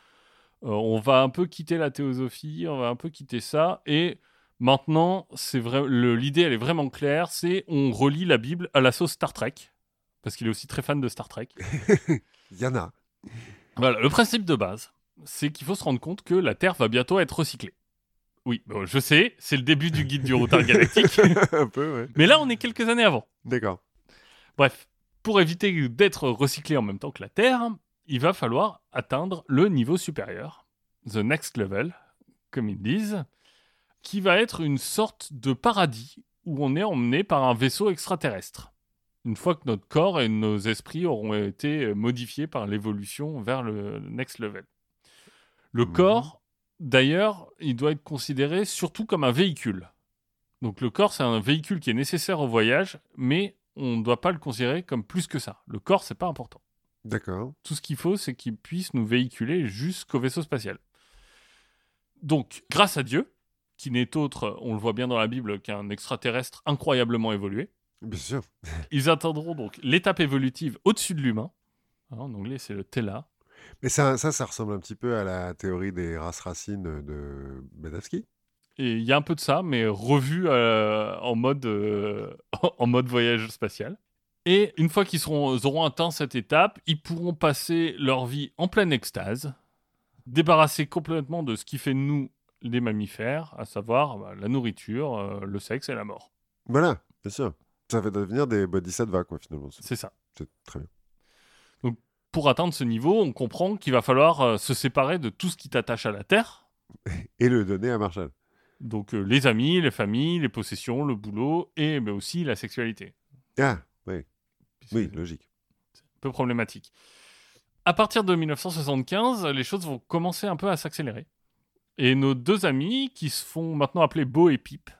on va un peu quitter la théosophie, on va un peu quitter ça. Et maintenant, c'est vrai, le, l'idée, elle est vraiment claire. C'est on relie la Bible à la sauce Star Trek. Parce qu'il est aussi très fan de Star Trek. Il y en a. Voilà, le principe de base, c'est qu'il faut se rendre compte que la Terre va bientôt être recyclée. Oui, bon, je sais, c'est le début du guide du routard galactique. Un peu, ouais. Mais là, on est quelques années avant. D'accord. Bref, pour éviter d'être recyclé en même temps que la Terre, il va falloir atteindre le niveau supérieur, the next level, comme ils disent, qui va être une sorte de paradis où on est emmené par un vaisseau extraterrestre. Une fois que notre corps et nos esprits auront été modifiés par l'évolution vers le next level. Le Mhm. corps, d'ailleurs, il doit être considéré surtout comme un véhicule. Donc le corps, c'est un véhicule qui est nécessaire au voyage, mais on ne doit pas le considérer comme plus que ça. Le corps, c'est pas important. D'accord. Tout ce qu'il faut, c'est qu'il puisse nous véhiculer jusqu'au vaisseau spatial. Donc, grâce à Dieu, qui n'est autre, on le voit bien dans la Bible, qu'un extraterrestre incroyablement évolué, Bien sûr. ils atteindront donc l'étape évolutive au-dessus de l'humain. Hein, en anglais, c'est le Tela. Mais ça, ça, ça ressemble un petit peu à la théorie des races racines de Badavsky. Et il y a un peu de ça, mais revu euh, en, mode, euh, en mode voyage spatial. Et une fois qu'ils seront, ils auront atteint cette étape, ils pourront passer leur vie en pleine extase, débarrassés complètement de ce qui fait de nous les mammifères, à savoir bah, la nourriture, euh, le sexe et la mort. Voilà, bien sûr. Ça fait devenir des bodhisattvas, quoi, finalement. C'est, C'est ça. c'est très bien. Donc, pour atteindre ce niveau, on comprend qu'il va falloir euh, se séparer de tout ce qui t'attache à la Terre. Et le donner à Marshall. Donc, euh, les amis, les familles, les possessions, le boulot, et mais aussi la sexualité. Ah, oui. Puisque Oui, logique. c'est un peu problématique. À partir de dix-neuf cent soixante-quinze, les choses vont commencer un peu à s'accélérer. Et nos deux amis, qui se font maintenant appeler Beau et Pipe,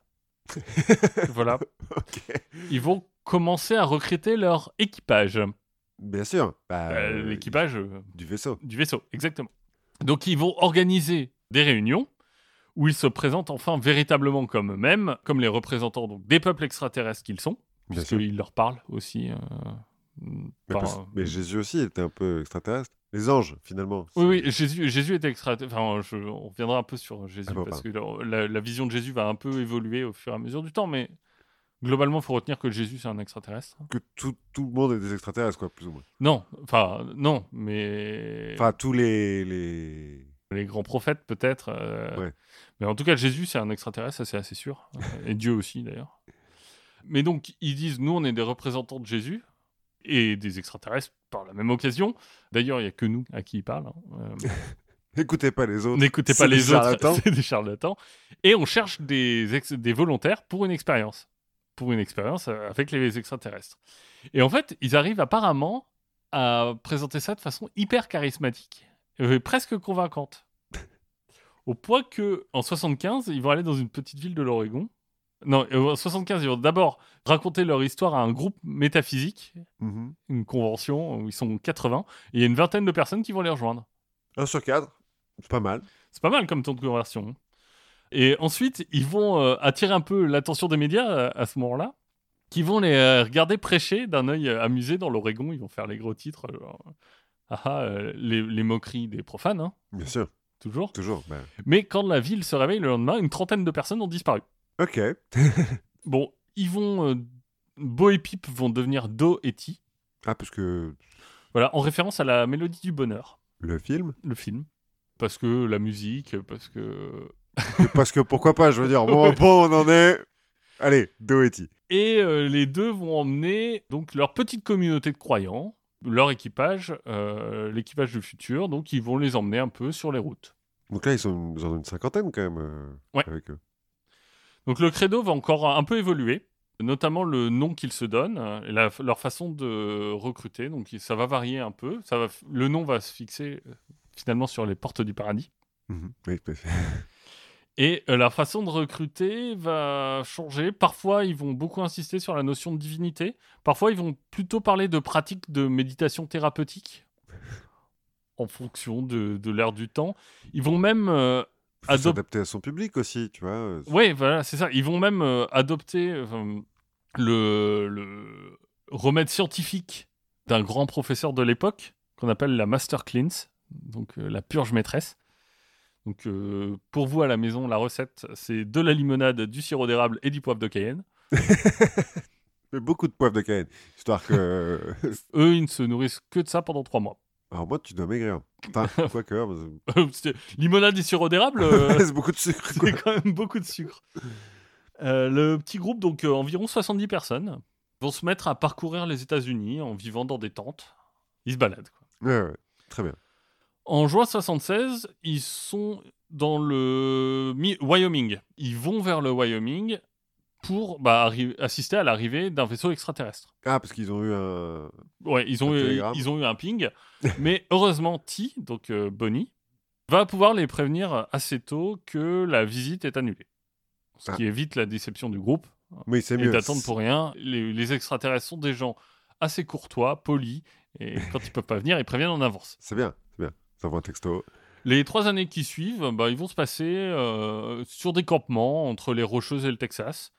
voilà, Ok. ils vont commencer à recruter leur équipage. Bien sûr. Bah, Euh, euh, L'équipage euh, du vaisseau. du vaisseau, exactement. Donc ils vont organiser des réunions où ils se présentent enfin véritablement comme eux-mêmes, comme les représentants donc, des peuples extraterrestres qu'ils sont, Bien sûr. puisqu'ils leur parlent aussi. Euh, Mais, par, parce- euh, mais Jésus aussi était un peu extraterrestre. Les anges, finalement. Oui, c'est- oui, Jésus, Jésus était extraterrestre. Enfin, je- on reviendra un peu sur Jésus Ah bon, parce pardon. que la, la vision de Jésus va un peu évoluer au fur et à mesure du temps, mais globalement, il faut retenir que Jésus, c'est un extraterrestre. Que tout, tout le monde est des extraterrestres, quoi, plus ou moins. Non, enfin, non, mais Enfin, tous les... les... les grands prophètes, peut-être. euh, Ouais. Mais en tout cas, Jésus, c'est un extraterrestre, ça c'est assez sûr. Euh, et Dieu aussi, d'ailleurs. Mais donc, ils disent, nous, on est des représentants de Jésus et des extraterrestres par la même occasion. D'ailleurs, il n'y a que nous à qui ils parlent. hein. Euh, N'écoutez pas les autres. N'écoutez C'est pas des les autres, charlatans. c'est des charlatans. Et on cherche des, ex- des volontaires pour une expérience. Pour une expérience euh, avec les extraterrestres. Et en fait, ils arrivent apparemment à présenter ça de façon hyper charismatique, euh, presque convaincante. Au point que en soixante-quinze, ils vont aller dans une petite ville de l'Oregon. Non, euh, en soixante-quinze, ils vont d'abord raconter leur histoire à un groupe métaphysique, Mhm. une convention où ils sont quatre-vingts, et il y a une vingtaine de personnes qui vont les rejoindre. Un sur quatre. C'est pas mal. C'est pas mal comme temps de conversion. Et ensuite, ils vont euh, attirer un peu l'attention des médias euh, à ce moment-là, qui vont les euh, regarder prêcher d'un œil euh, amusé dans l'Oregon. Ils vont faire les gros titres, genre, ah, ah, euh, les, les moqueries des profanes, hein, Bien sûr. toujours. Toujours. Bah. Mais quand la ville se réveille le lendemain, une trentaine de personnes ont disparu. Ok. Bon, ils vont... Euh, Bo et Pip vont devenir Do et Ti. Ah, parce que Voilà, en référence à la Mélodie du Bonheur, le film. le film. Parce que la musique, parce que... Parce que pourquoi pas, je veux dire. Bon, bon, on en est. Allez, Doeti. Et euh, les deux vont emmener donc leur petite communauté de croyants, leur équipage, euh, l'équipage du futur, donc ils vont les emmener un peu sur les routes. Donc là, ils sont dans une cinquantaine quand même euh, Ouais. avec eux. Donc le credo va encore un peu évoluer, notamment le nom qu'ils se donnent euh, et la- leur façon de recruter. Donc ça va varier un peu. Ça va, f- le nom va se fixer euh, finalement sur les portes du paradis. Mmh. Oui, tout à fait. Et euh, la façon de recruter va changer. Parfois, ils vont beaucoup insister sur la notion de divinité. Parfois, ils vont plutôt parler de pratiques de méditation thérapeutique en fonction de, de l'ère du temps. Ils vont même euh, Faut adopter... s'adapter à son public aussi, tu vois. euh, Oui, voilà, c'est ça. Ils vont même euh, adopter euh, le, le remède scientifique d'un grand professeur de l'époque, qu'on appelle la Master Cleanse, donc euh, la purge maîtresse. Donc, euh, pour vous à la maison, la recette, c'est de la limonade, du sirop d'érable et du poivre de Cayenne. Mais beaucoup de poivre de Cayenne, histoire que... Eux, ils ne se nourrissent que de ça pendant trois mois. Alors moi, tu dois maigrir. Enfin, quoique, hein, C'était- limonade et sirop d'érable, euh, c'est beaucoup de sucre, quoi. c'est quand même beaucoup de sucre. Euh, le petit groupe, donc euh, environ soixante-dix personnes, vont se mettre à parcourir les États-Unis en vivant dans des tentes. Ils se baladent, quoi. Ouais, ouais, très bien. En juin soixante-seize, ils sont dans le Mi- Wyoming. Ils vont vers le Wyoming pour bah, arri- assister à l'arrivée d'un vaisseau extraterrestre. Ah, parce qu'ils ont eu un... Ouais, ils ont, Un eu, télégramme. ils ont eu un ping. Mais heureusement, T, donc euh, Bonnie, va pouvoir les prévenir assez tôt que la visite est annulée. Ce Ah. qui évite la déception du groupe. Oui, c'est Et mieux. d'attendre pour rien. Les, les extraterrestres sont des gens assez courtois, polis. Et quand ils peuvent pas venir, ils préviennent en avance. C'est bien, c'est bien. Ça envoie un texto. Les trois années qui suivent, bah, ils vont se passer euh, sur des campements entre les Rocheuses et le Texas.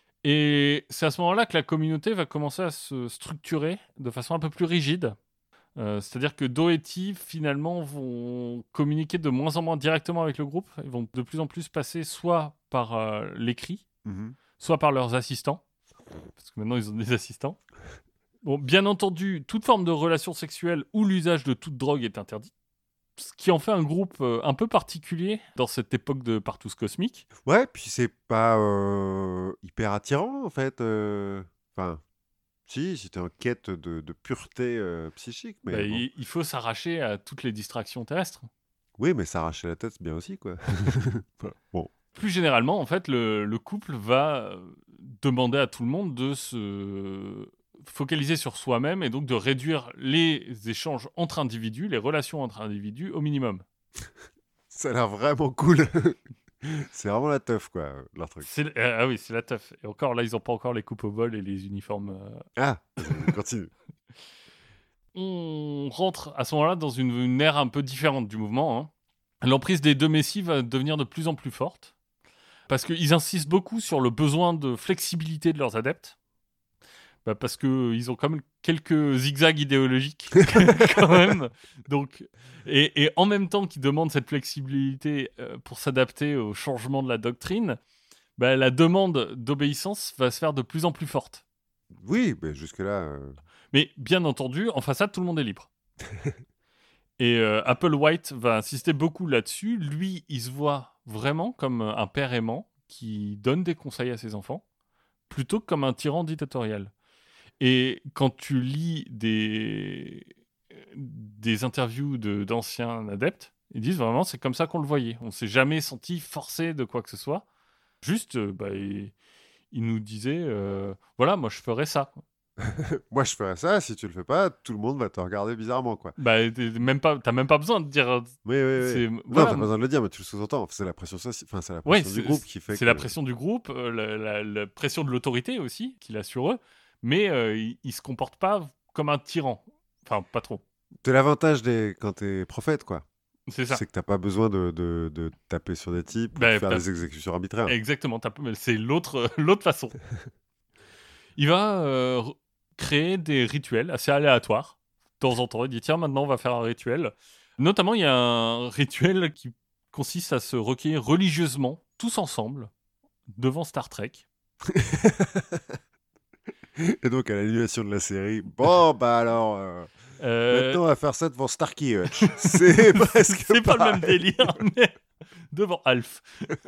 Et c'est à ce moment-là que la communauté va commencer à se structurer de façon un peu plus rigide. Euh, c'est-à-dire que Do et Ti, finalement, vont communiquer de moins en moins directement avec le groupe. Ils vont de plus en plus passer soit par euh, l'écrit, Mhm. soit par leurs assistants. Parce que maintenant, ils ont des assistants. Bon, bien entendu, toute forme de relation sexuelle ou l'usage de toute drogue est interdit. Ce qui en fait un groupe euh, un peu particulier dans cette époque de partous cosmique. Ouais, puis c'est pas euh, hyper attirant, en fait. euh. Enfin, si, si t'es en quête de, de pureté euh, psychique, mais Bah, bon. il, il faut s'arracher à toutes les distractions terrestres. Oui, mais s'arracher la tête, c'est bien aussi, quoi. Voilà. Bon. Plus généralement, en fait, le, le couple va euh, demander à tout le monde de se focaliser sur soi-même et donc de réduire les échanges entre individus, les relations entre individus au minimum. Ça a l'air vraiment cool. C'est vraiment la teuf, quoi, leur truc. C'est, euh, ah oui, c'est la teuf. Et encore, là, ils n'ont pas encore les coupes au vol et les uniformes. euh. Ah, continue. On rentre à ce moment-là dans une, une ère un peu différente du mouvement. Hein. L'emprise des deux messies va devenir de plus en plus forte parce qu'ils insistent beaucoup sur le besoin de flexibilité de leurs adeptes. Bah parce qu'ils ont quand même quelques zigzags idéologiques, quand même. Donc, et, et en même temps qu'ils demandent cette flexibilité euh, pour s'adapter au changement de la doctrine, bah, la demande d'obéissance va se faire de plus en plus forte. Oui, mais jusque-là... euh, Mais bien entendu, en façade, tout le monde est libre. Et euh, Applewhite va insister beaucoup là-dessus. Lui, il se voit vraiment comme un père aimant qui donne des conseils à ses enfants, plutôt que comme un tyran dictatorial. Et quand tu lis des, des interviews de, d'anciens adeptes, ils disent vraiment c'est comme ça qu'on le voyait. On s'est jamais senti forcé de quoi que ce soit. Juste, euh, bah, il, il nous disait euh, voilà, moi je ferais ça. Moi, je ferais ça. Si tu le fais pas, tout le monde va te regarder bizarrement, quoi. Bah, t'es même pas, t'as même pas besoin de dire. Oui, oui, oui. C'est, Non, voilà, t'as pas besoin de le dire, mais tu le sous-entends. C'est la pression, soci- enfin, c'est la ouais, pression c'est, du groupe qui fait c'est que... la pression du groupe, euh, la, la- la pression de l'autorité aussi qu'il a sur eux, mais euh, il, il se comporte pas comme un tyran. Enfin, pas trop. C'est l'avantage des... quand t'es prophète, quoi. C'est ça. C'est que t'as pas besoin de, de, de taper sur des types ou Bah, de faire t'as- des exécutions arbitraires. Exactement, t'as- c'est l'autre, l'autre façon. Il va euh, r- créer des rituels assez aléatoires. De temps en temps, il dit tiens, maintenant on va faire un rituel. Notamment, il y a un rituel qui consiste à se recueillir religieusement, tous ensemble, devant Star Trek. Et donc, à l'annulation de la série, bon, bah alors... euh, Euh, Maintenant, on va faire ça devant Starkey Hutch. C'est presque c'est pas le même pareil. délire, mais devant Alf.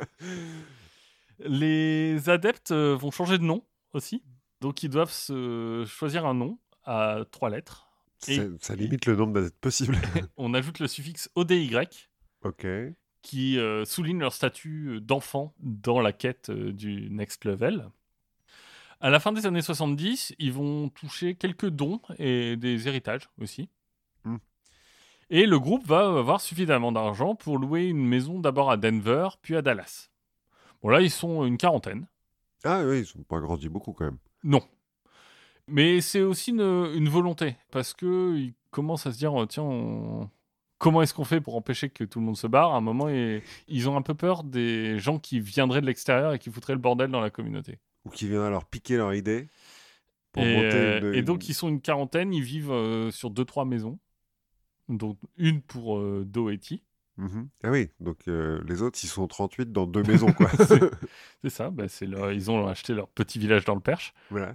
Les adeptes euh, vont changer de nom aussi. Donc, ils doivent se choisir un nom à trois lettres. Et Ça, ça limite le nombre d'adeptes possibles. on ajoute le suffixe O D Y Ok. qui euh, souligne leur statut d'enfant dans la quête euh, du next level. À la fin des années soixante-dix, ils vont toucher quelques dons et des héritages aussi. Mm. Et le groupe va avoir suffisamment d'argent pour louer une maison d'abord à Denver, puis à Dallas. Bon, là, ils sont une quarantaine. Ah oui, ils n'ont pas grandi beaucoup quand même. Non. Mais c'est aussi une, une volonté, parce qu'ils commencent à se dire, tiens, on... comment est-ce qu'on fait pour empêcher que tout le monde se barre ? À un moment, et... ils ont un peu peur des gens qui viendraient de l'extérieur et qui foutraient le bordel dans la communauté. Ou qui viendraient leur piquer leur idée pour Et, monter euh, une... et donc, une... ils sont une quarantaine, ils vivent euh, sur deux, trois maisons. Donc, une pour euh, Do et Ti. Mm-hmm. Ah oui, donc euh, les autres, ils sont trente-huit dans deux maisons, quoi. c'est, c'est ça, bah, c'est leur... ils ont acheté leur petit village dans le Perche. Voilà.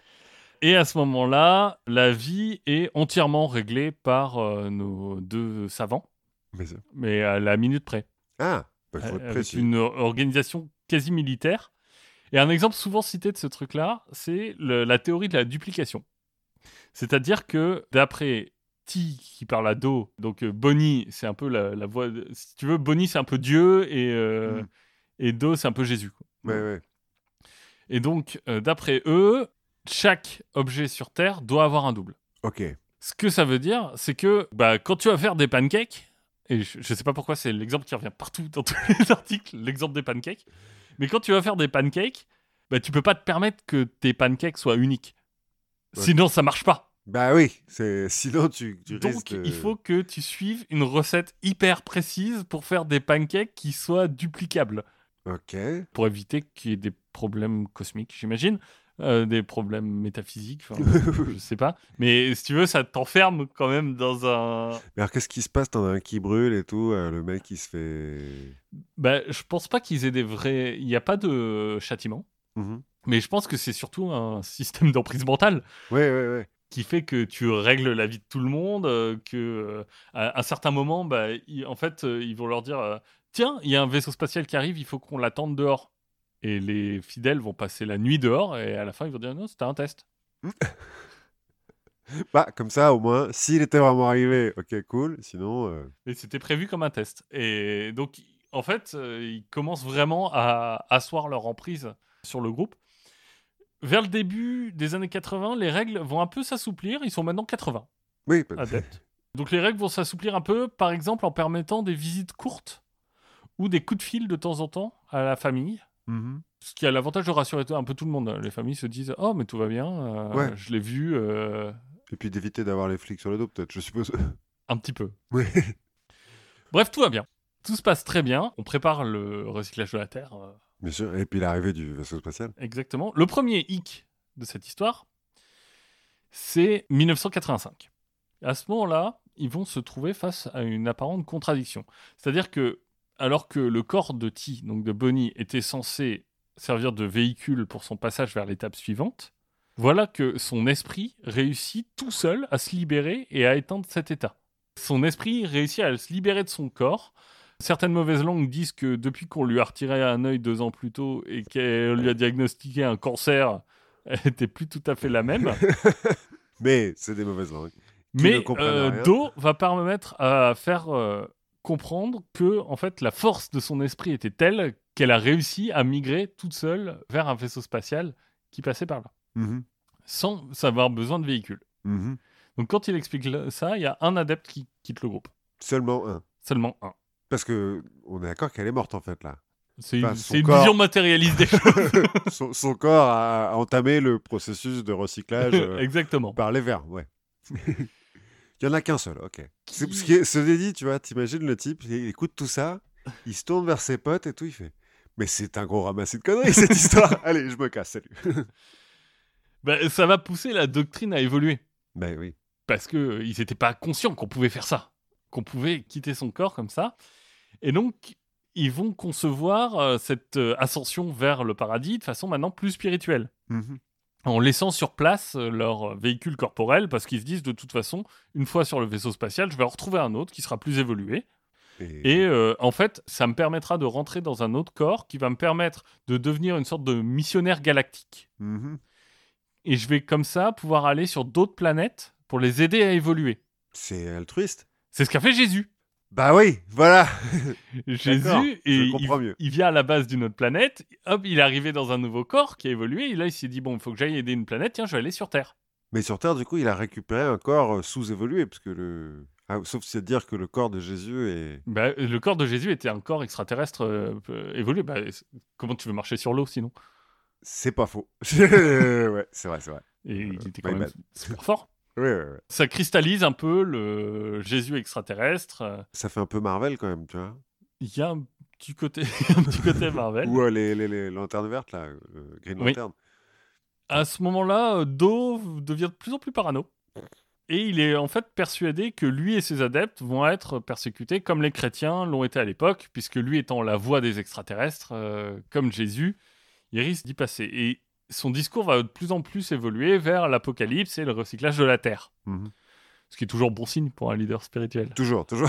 Et à ce moment-là, la vie est entièrement réglée par euh, nos deux savants, Mais, ça... mais à la minute près. Ah, bah, faut être Avec précis. une organisation quasi militaire. Et un exemple souvent cité de ce truc-là, c'est le, la théorie de la duplication. C'est-à-dire que d'après Ti qui parle à Do, donc euh, Bonnie, c'est un peu la, la voix. De, si tu veux, Bonnie, c'est un peu Dieu et, euh, Mm. et Do, c'est un peu Jésus. Quoi. Ouais, ouais. Et donc, euh, d'après eux, chaque objet sur Terre doit avoir un double. Ok. Ce que ça veut dire, c'est que bah, quand tu vas faire des pancakes, et je ne sais pas pourquoi c'est l'exemple qui revient partout dans tous les articles, l'exemple des pancakes, mais quand tu vas faire des pancakes, bah, tu peux pas te permettre que tes pancakes soient uniques. Ouais. Sinon, ça marche pas. Bah oui, c'est... sinon tu, tu Donc, risques de... il faut que tu suives une recette hyper précise pour faire des pancakes qui soient duplicables. Ok. Pour éviter qu'il y ait des problèmes cosmiques, j'imagine. Euh, des problèmes métaphysiques, enfin, je sais pas. Mais si tu veux, ça t'enferme quand même dans un... Mais alors qu'est-ce qui se passe? T'en as un qui brûle et tout, euh, le mec il se fait... Bah, je pense pas qu'ils aient des vrais... Il n'y a pas de châtiment. Mm-hmm. Mais je pense que c'est surtout un système d'emprise mentale. Ouais, ouais, ouais. Qui fait que tu règles la vie de tout le monde, euh, que euh, à un certain moment, bah, ils, en fait, euh, ils vont leur dire euh, tiens, il y a un vaisseau spatial qui arrive, il faut qu'on l'attende dehors. Et les fidèles vont passer la nuit dehors, et à la fin, ils vont dire non, c'était un test. Bah, comme ça, au moins, s'il était vraiment arrivé, ok, cool. Sinon... Euh... Et c'était prévu comme un test. Et donc, en fait, euh, ils commencent vraiment à asseoir leur emprise sur le groupe. Vers le début des années quatre-vingts, les règles vont un peu s'assouplir. Ils sont maintenant quatre-vingts Oui, bah... adeptes. Donc les règles vont s'assouplir un peu, par exemple en permettant des visites courtes ou des coups de fil de temps en temps à la famille. Mm-hmm. Ce qui a l'avantage de rassurer un peu tout le monde. Les familles se disent « Oh, mais tout va bien, euh, Ouais. je l'ai vu. Euh... » Et puis d'éviter d'avoir les flics sur le dos, peut-être, je suppose. Un petit peu. Oui. Bref, tout va bien. Tout se passe très bien. On prépare le recyclage de la Terre. Euh... Bien sûr. Et puis l'arrivée du vaisseau spatial. Exactement. Le premier hic de cette histoire, c'est dix-neuf cent quatre-vingt-cinq. À ce moment-là, ils vont se trouver face à une apparente contradiction. C'est-à-dire que, alors que le corps de Ti, donc de Bonnie, était censé servir de véhicule pour son passage vers l'étape suivante, voilà que son esprit réussit tout seul à se libérer et à éteindre cet état. Son esprit réussit à se libérer de son corps. Certaines mauvaises langues disent que depuis qu'on lui a retiré un œil deux ans plus tôt et qu'elle lui a diagnostiqué un cancer, elle n'était plus tout à fait la même. Mais c'est des mauvaises langues. Mais euh, Do va permettre à faire euh, comprendre que en fait, la force de son esprit était telle qu'elle a réussi à migrer toute seule vers un vaisseau spatial qui passait par là, mm-hmm. sans avoir besoin de véhicule. Mm-hmm. Donc quand il explique ça, il y a un adepte qui quitte le groupe. Seulement un. Seulement un. Parce que on est d'accord qu'elle est morte en fait là. C'est enfin, une, c'est une corps... vision matérialiste des choses. son, son corps a, a entamé le processus de recyclage euh, Exactement. par les vers, ouais. Il y en a qu'un seul, ok. Qui... C'est, ce qui est, cela dit, tu vois, t'imagines le type, il écoute tout ça, il se tourne vers ses potes et tout, il fait « Mais c'est un gros ramassis de conneries cette histoire. Allez, je me casse, salut. » Ben, ça va pousser la doctrine à évoluer. Ben oui. Parce qu'ils euh, n'étaient pas conscients qu'on pouvait faire ça, qu'on pouvait quitter son corps comme ça. Et donc, ils vont concevoir euh, cette euh, ascension vers le paradis de façon maintenant plus spirituelle. Mm-hmm. En laissant sur place euh, leur véhicule corporel, parce qu'ils se disent de toute façon, une fois sur le vaisseau spatial, je vais en retrouver un autre qui sera plus évolué. Et, Et euh, en fait, ça me permettra de rentrer dans un autre corps qui va me permettre de devenir une sorte de missionnaire galactique. Mm-hmm. Et je vais comme ça pouvoir aller sur d'autres planètes pour les aider à évoluer. C'est altruiste. C'est ce qu'a fait Jésus. Bah oui, voilà. Jésus, et je comprends il, mieux. il vient à la base d'une autre planète, hop, il est arrivé dans un nouveau corps qui a évolué, et là il s'est dit, bon, il faut que j'aille aider une planète, tiens, je vais aller sur Terre. Mais sur Terre, du coup, il a récupéré un corps sous-évolué, parce que le... Ah, sauf c'est dire que le corps de Jésus est... Bah, le corps de Jésus était un corps extraterrestre euh, euh, évolué. Bah, c'est- comment tu veux marcher sur l'eau sinon? C'est pas faux. Ouais, c'est vrai, c'est vrai. Et Euh, il était quand my même bad. super fort. Ouais, ouais, ouais. Ça cristallise un peu le Jésus extraterrestre. euh, Ça fait un peu Marvel quand même, tu vois. Il y a un petit côté, un petit côté Ou Marvel. euh, les, les, les lanternes vertes, là, euh, Green Oui. Lantern. À ce moment-là, euh, Dove devient de plus en plus parano. Et il est en fait persuadé que lui et ses adeptes vont être persécutés comme les chrétiens l'ont été à l'époque, puisque lui étant la voix des extraterrestres, euh, comme Jésus, il risque d'y passer. Et son discours va de plus en plus évoluer vers l'apocalypse et le recyclage de la Terre. Mhm. Ce qui est toujours bon signe pour un leader spirituel. Toujours, toujours.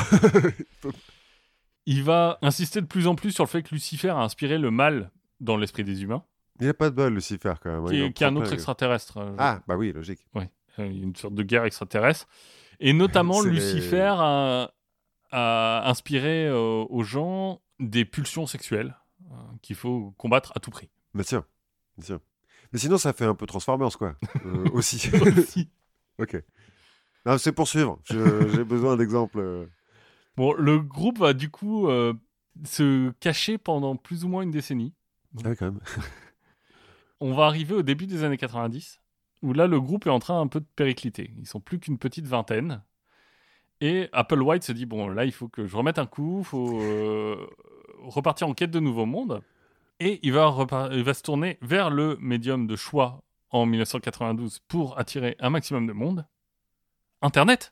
Il va insister de plus en plus sur le fait que Lucifer a inspiré le mal dans l'esprit des humains, Il a pas de bol, Lucifer, quand même. qui Il en est, qui est prend un plein, autre le gars. extraterrestre. euh, je Ah, bah oui, logique. Ouais, euh, il y a une sorte de guerre extraterrestre. Et notamment, C'est les- Lucifer a, a inspiré euh, aux gens des pulsions sexuelles euh, qu'il faut combattre à tout prix. Bien sûr, bien sûr. Mais sinon, ça fait un peu Transformers, quoi. Euh, aussi. Aussi. Ok. Non, c'est pour suivre. Je- J'ai besoin d'exemples. euh. Bon, le groupe va du coup euh, se cacher pendant plus ou moins une décennie. Ah oui, quand même. On va arriver au début des années quatre-vingt-dix, où là, le groupe est en train un peu de péricliter. Ils sont plus qu'une petite vingtaine. Et Applewhite se dit, bon, là, il faut que je remette un coup, il faut euh, repartir en quête de nouveaux mondes. Et il va, repar- il va se tourner vers le médium de choix en mille neuf cent quatre-vingt-douze pour attirer un maximum de monde. Internet.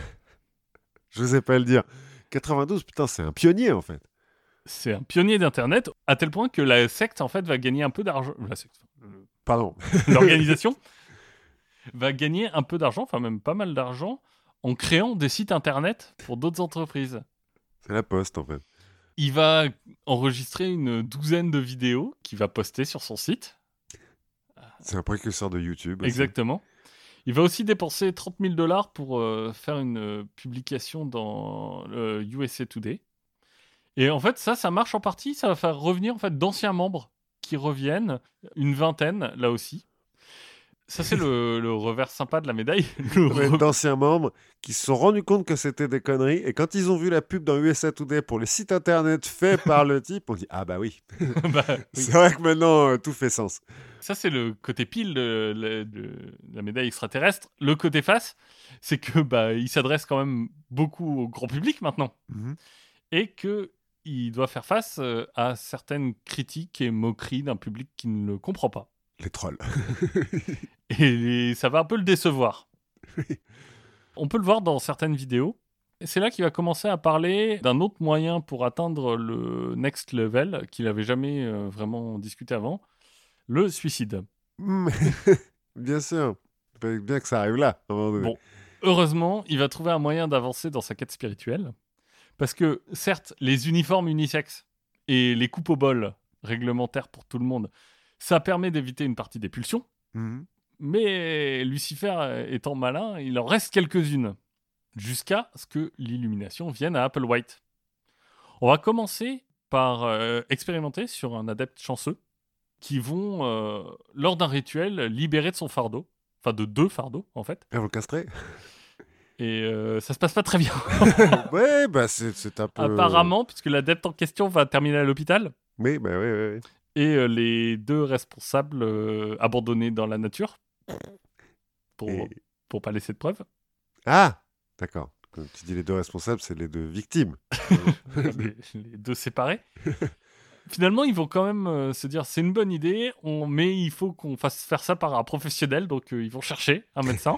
Je sais pas le dire. quatre-vingt-douze, putain, c'est un pionnier, en fait. C'est un pionnier d'Internet, à tel point que la secte, en fait, va gagner un peu d'argent. La secte, Pardon. l'organisation va gagner un peu d'argent, enfin même pas mal d'argent, en créant des sites Internet pour d'autres entreprises. C'est la poste, en fait. Il va enregistrer une douzaine de vidéos qu'il va poster sur son site. C'est un précurseur de YouTube. aussi. Exactement. Il va aussi dépenser trente mille dollars pour euh, faire une euh, publication dans le U S A Today. Et en fait, ça, ça marche en partie. Ça va faire revenir en fait d'anciens membres qui reviennent, une vingtaine là aussi. Ça, c'est le, le revers sympa de la médaille. Le Ouais, re- d'anciens membres qui se sont rendus compte que c'était des conneries. Et quand ils ont vu la pub dans U S A Today pour les sites internet faits par le type, on dit ah bah oui. Bah, oui. C'est vrai que maintenant euh, tout fait sens. Ça, c'est le côté pile de, de- de la médaille extraterrestre. Le côté face, c'est que bah, il s'adresse quand même beaucoup au grand public maintenant. Mhm. Et qu'il doit faire face euh, à certaines critiques et moqueries d'un public qui ne le comprend pas. Les trolls. Et ça va un peu le décevoir. On peut le voir dans certaines vidéos. Et c'est là qu'il va commencer à parler d'un autre moyen pour atteindre le next level qu'il n'avait jamais euh, vraiment discuté avant, le suicide. Mm. Bien sûr. Fallait bien que ça arrive là. à un moment donné. Bon, heureusement, il va trouver un moyen d'avancer dans sa quête spirituelle. Parce que, certes, les uniformes unisexes et les coupes au bol réglementaires pour tout le monde, ça permet d'éviter une partie des pulsions. Mhm. Mais Lucifer euh, étant malin, il en reste quelques-unes. Jusqu'à ce que l'illumination vienne à Applewhite. On va commencer par euh, expérimenter sur un adepte chanceux qui vont, euh, lors d'un rituel, libérer de son fardeau. Enfin, de deux fardeaux, en fait. Et vous le castrez. Et euh, ça se passe pas très bien. Ouais, bah c'est c'est un peu. Apparemment, puisque l'adepte en question va terminer à l'hôpital. Oui, bah oui, oui, oui. Et euh, les deux responsables euh, abandonnés dans la nature. Pour, Et- pour pas laisser de preuves. Ah, d'accord. Quand tu dis les deux responsables, c'est les deux victimes. les, les deux séparés. Finalement, ils vont quand même euh, se dire c'est une bonne idée, on, mais il faut qu'on fasse faire ça par un professionnel, donc euh, ils vont chercher un médecin.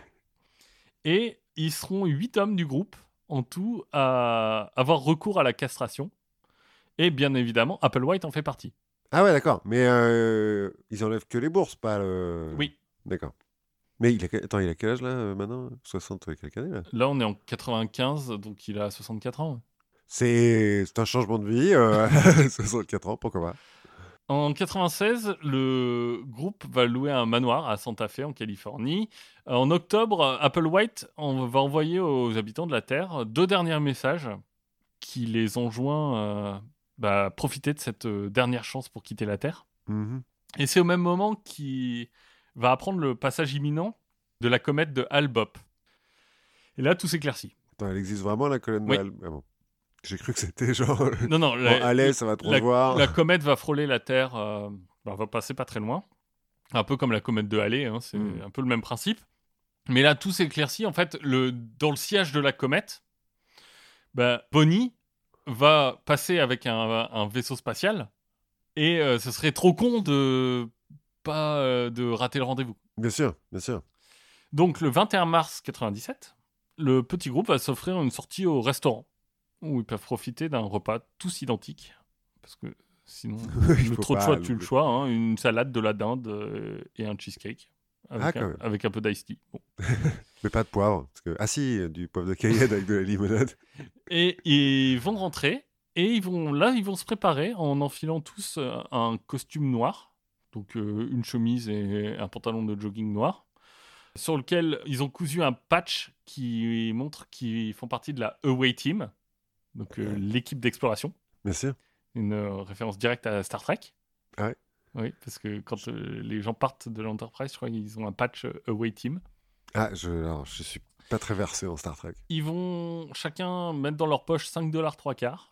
Et ils seront huit hommes du groupe en tout à avoir recours à la castration. Et bien évidemment, Applewhite en fait partie. Ah ouais, d'accord. Mais euh, ils enlèvent que les bourses, pas le. Oui. D'accord. Mais il a... quel- Attends, il a quel âge là euh, maintenant soixante, euh, quelques années là Là, on est en quatre-vingt-quinze, donc il a soixante-quatre ans. C'est c'est un changement de vie. euh, soixante-quatre ans, pourquoi pas En quatre-vingt-seize, le groupe va louer un manoir à Santa Fe, en Californie. En octobre, Applewhite on va envoyer aux habitants de la Terre deux derniers messages qui les enjoint euh, bah, profiter de cette euh, dernière chance pour quitter la Terre. Mhm. Et c'est au même moment qu'il va apprendre le passage imminent de la comète de Hale-Bopp. Et là, tout s'éclaircit. Attends, elle existe vraiment, la colonne de Oui. Halley? Ah bon. J'ai cru que c'était genre... Non, non, Bon, la, Halley, ça va trop la, se voir. la comète va frôler la Terre, euh, bah, va passer pas très loin. Un peu comme la comète de Halley, hein, c'est Hmm. un peu le même principe. Mais là, tout s'éclaircit. En fait, le, dans le sillage de la comète, bah, Bonnie va passer avec un, un vaisseau spatial et euh, ce serait trop con de pas euh, de rater le rendez-vous. Bien sûr, bien sûr. Donc, le vingt et un mars quatre-vingt-dix-sept, le petit groupe va s'offrir une sortie au restaurant où ils peuvent profiter d'un repas tous identiques. Parce que sinon, Il le faut trop de pas choix, tu le louper. choix. Hein, une salade, de la dinde euh, et un cheesecake. Ah, Avec, quand un, même. avec un peu d'ice tea. Bon. Mais pas de poivre. Parce que... Ah si, du poivre de Cayenne avec de la limonade. Et ils vont rentrer. Et ils vont, là, ils vont se préparer en enfilant tous euh, un costume noir. Donc euh, une chemise et un pantalon de jogging noir. Sur lequel ils ont cousu un patch qui montre qu'ils font partie de la Away Team. Donc euh, l'équipe d'exploration. Bien sûr. Une euh, référence directe à Star Trek. Ah ouais. Oui, parce que quand euh, les gens partent de l'Enterprise, je crois qu'ils ont un patch euh, Away Team. Ah, je, alors, je suis pas très versé en Star Trek. Ils vont chacun mettre dans leur poche cinq dollars trois quarts.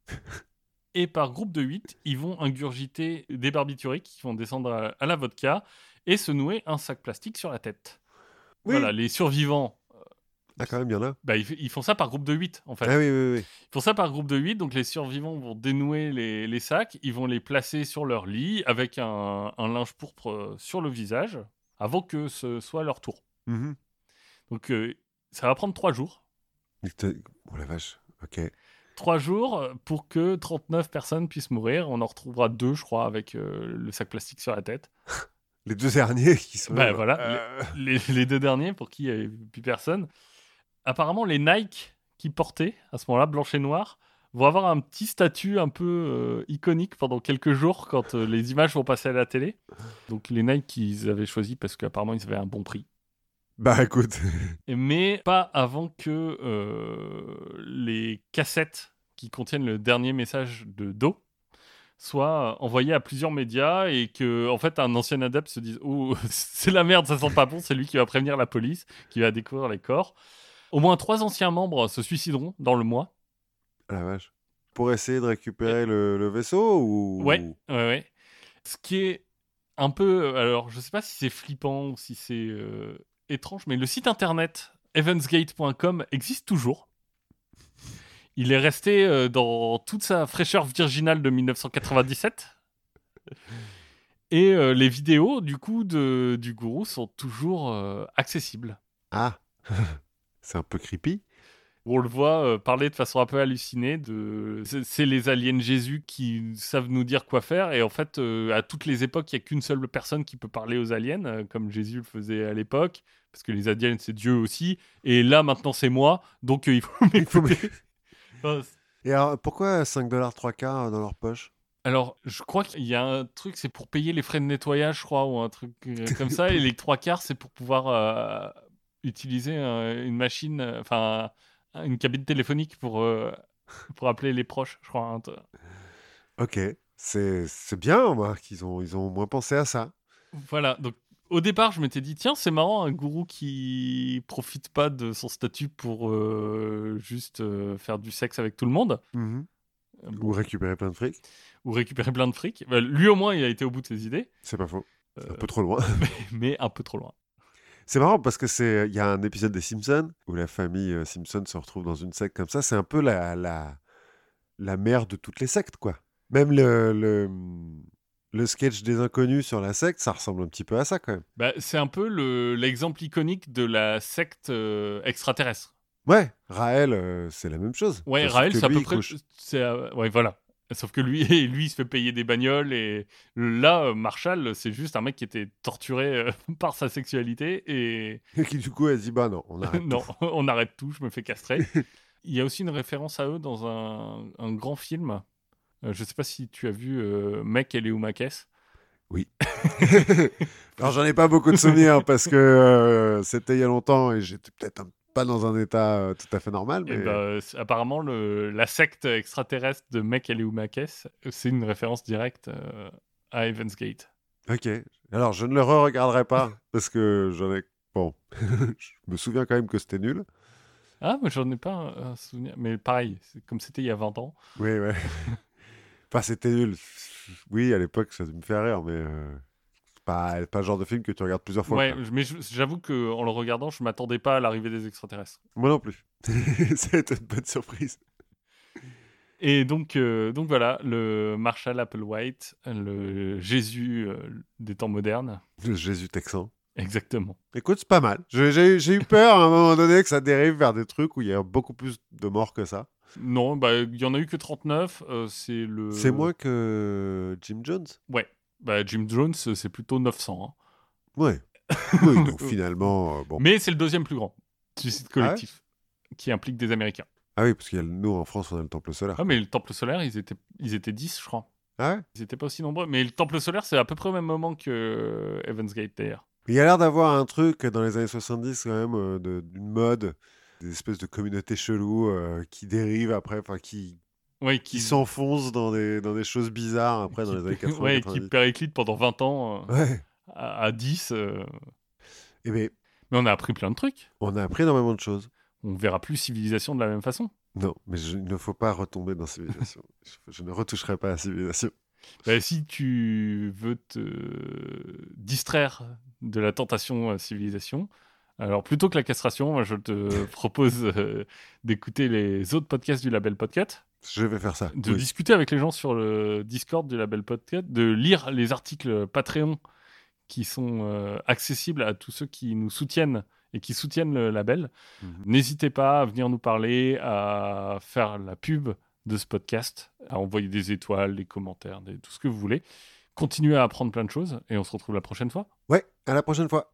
Et par groupe de huit, ils vont ingurgiter des barbituriques qui vont descendre à, à la vodka et se nouer un sac plastique sur la tête. Oui. Voilà, les survivants, Ah, quand même, il y en a. bah, ils, f- ils font ça par groupe de huit, en fait. Ah oui, oui, oui. Ils font ça par groupe de huit, donc les survivants vont dénouer les, les sacs, ils vont les placer sur leur lit avec un, un linge pourpre euh, sur le visage avant que ce soit leur tour. Mhm. Donc euh, ça va prendre trois jours. Il te- Oh la vache. Ok. Trois jours pour que trente-neuf personnes puissent mourir. On en retrouvera deux, je crois, avec euh, le sac plastique sur la tête. Les deux derniers qui sont... Bah voilà, Euh, les, les- les deux derniers pour qui il n'y avait plus personne. Apparemment, les Nike qui portaient à ce moment-là, blanche et noir, vont avoir un petit statut un peu euh, iconique pendant quelques jours quand euh, les images vont passer à la télé. Donc les Nike qu'ils avaient choisi parce qu'apparemment ils avaient un bon prix. Bah écoute. Et- Mais pas avant que euh, les cassettes qui contiennent le dernier message de Do soient envoyées à plusieurs médias et que en fait un ancien adepte se dise oh c'est la merde, ça sent pas bon, c'est lui qui va prévenir la police, qui va découvrir les corps. Au moins trois anciens membres se suicideront dans le mois. Ah la vache. Pour essayer de récupérer le, le vaisseau ou... Ouais, ouais, ouais. Ce qui est un peu, alors je sais pas si c'est flippant ou si c'est euh, étrange, mais le site internet evansgate point com existe toujours. Il est resté euh, dans toute sa fraîcheur virginale de mille neuf cent quatre-vingt-dix-sept. Et euh, les vidéos, du coup, de, du gourou sont toujours euh, accessibles. Ah. C'est un peu creepy. On le voit euh, parler de façon un peu hallucinée de c'est, c'est les aliens Jésus qui savent nous dire quoi faire et en fait euh, à toutes les époques il y a qu'une seule personne qui peut parler aux aliens euh, comme Jésus le faisait à l'époque parce que les aliens c'est Dieu aussi et là maintenant c'est moi donc euh, il faut Il faut... m'écouter. Enfin, Et alors, pourquoi cinq dollars trois quarts dans leur poche? alors je crois qu'il y a un truc c'est pour payer les frais de nettoyage je crois ou un truc euh, comme ça et les trois quarts c'est pour pouvoir euh, utiliser euh, une machine euh, enfin une cabine téléphonique pour euh, pour appeler les proches, je crois. Hein. Ok. C'est c'est bien, Marc. Ils ont, ils ont au moins pensé à ça. Voilà, donc au départ, je m'étais dit, tiens, c'est marrant, un gourou qui profite pas de son statut pour euh, juste euh, faire du sexe avec tout le monde. Mhm. Euh, Ou bon, récupérer plein de fric. ou récupérer plein de fric. Bah, lui, au moins, il a été au bout de ses idées, C'est pas faux. C'est un euh, peu trop loin. mais un peu trop loin. C'est marrant parce que c'est il y a un épisode des Simpsons où la famille euh, Simpson se retrouve dans une secte comme ça. C'est un peu la, la, la mère de toutes les sectes, quoi. Même le, le, le sketch des inconnus sur la secte, ça ressemble un petit peu à ça, quand même. Bah, c'est un peu le, l'exemple iconique de la secte euh, extraterrestre. Ouais, Raël, euh, c'est la même chose. Ouais, Sauf Raël, que c'est à lui, peu il près. couche. C'est, euh, ouais, voilà. Sauf que lui, lui, il se fait payer des bagnoles et là, euh, Marshall, c'est juste un mec qui était torturé euh, par sa sexualité et Et qui, du coup, elle se dit, bah non, on arrête non, tout. on arrête tout, je me fais castrer. Il y a aussi une référence à eux dans un, un grand film. Euh, je sais pas si tu as vu euh, Mec, elle est où ma caisse? Oui. Alors, j'en ai pas beaucoup de souvenirs parce que euh, c'était il y a longtemps et j'étais peut-être un- pas dans un état euh, tout à fait normal, Et mais... ben, c'est- apparemment, le, la secte extraterrestre de Mec, elle est où ma caisse? C'est une référence directe euh, à Heaven's Gate. Ok. Alors, je ne le re-regarderai pas parce que j'en ai... Bon, je me souviens quand même que c'était nul. Ah, mais j'en ai pas un, un souvenir. Mais pareil, c'est comme c'était il y a vingt ans. Oui, ouais. Enfin, c'était nul. Oui, à l'époque, ça me fait rire, mais euh, c'est pas, pas le genre de film que tu regardes plusieurs fois, Ouais, quoi. mais je- j'avoue qu'en le regardant, je m'attendais pas à l'arrivée des extraterrestres. Moi non plus. C'était une bonne surprise. Et donc, euh, donc voilà, le Marshall Applewhite, le Jésus euh, des temps modernes. Le Jésus texan. Exactement. Écoute, c'est pas mal. J'ai j'ai eu- j'ai eu peur à un moment donné que ça dérive vers des trucs où il y a beaucoup plus de morts que ça. Non, bah il y en a eu que trente-neuf. euh, c'est le. C'est moins que Jim Jones. Ouais. Bah Jim Jones, c'est plutôt neuf cents. Hein. Ouais. Oui, donc finalement, euh, bon. Mais c'est le deuxième plus grand suicide Ah ouais. collectif qui implique des Américains. Ah oui, parce qu'il y a le- nous en France, on a le Temple solaire. Ah, quoi. mais le Temple solaire, ils étaient, ils étaient dix, je crois. Ah ouais. Ils étaient pas aussi nombreux. Mais le Temple solaire, c'est à peu près au même moment que euh, Heaven's Gate, d'ailleurs. Il y a l'air d'avoir un truc dans les années soixante-dix quand même, euh, de- d'une mode, des espèces de communautés cheloues euh, qui dérivent après, enfin qui, Ouais, qui qui, s'enfoncent dans des, dans des choses bizarres après dans qui, les années ouais, qui quatre-vingts quatre-vingt-dix. périclite pendant vingt ans euh, Ouais. à, à dix. euh. Et bien, Mais on a appris plein de trucs. on a appris énormément de choses. On verra plus civilisation de la même façon. Non, mais je- il ne faut pas retomber dans Civilisation. je, je ne retoucherai pas à Civilisation. Bah, si tu veux te distraire de la tentation euh, civilisation, alors plutôt que la castration, moi, je te propose euh, d'écouter les autres podcasts du label Podcast, Je vais faire ça. de Oui. discuter avec les gens sur le Discord du label Podcast, de lire les articles Patreon qui sont euh, accessibles à tous ceux qui nous soutiennent et qui soutiennent le label. Mhm. N'hésitez pas à venir nous parler, à faire la pub de ce podcast, à envoyer des étoiles, des commentaires, des- tout ce que vous voulez. Continuez à apprendre plein de choses et on se retrouve la prochaine fois. Ouais, à la prochaine fois.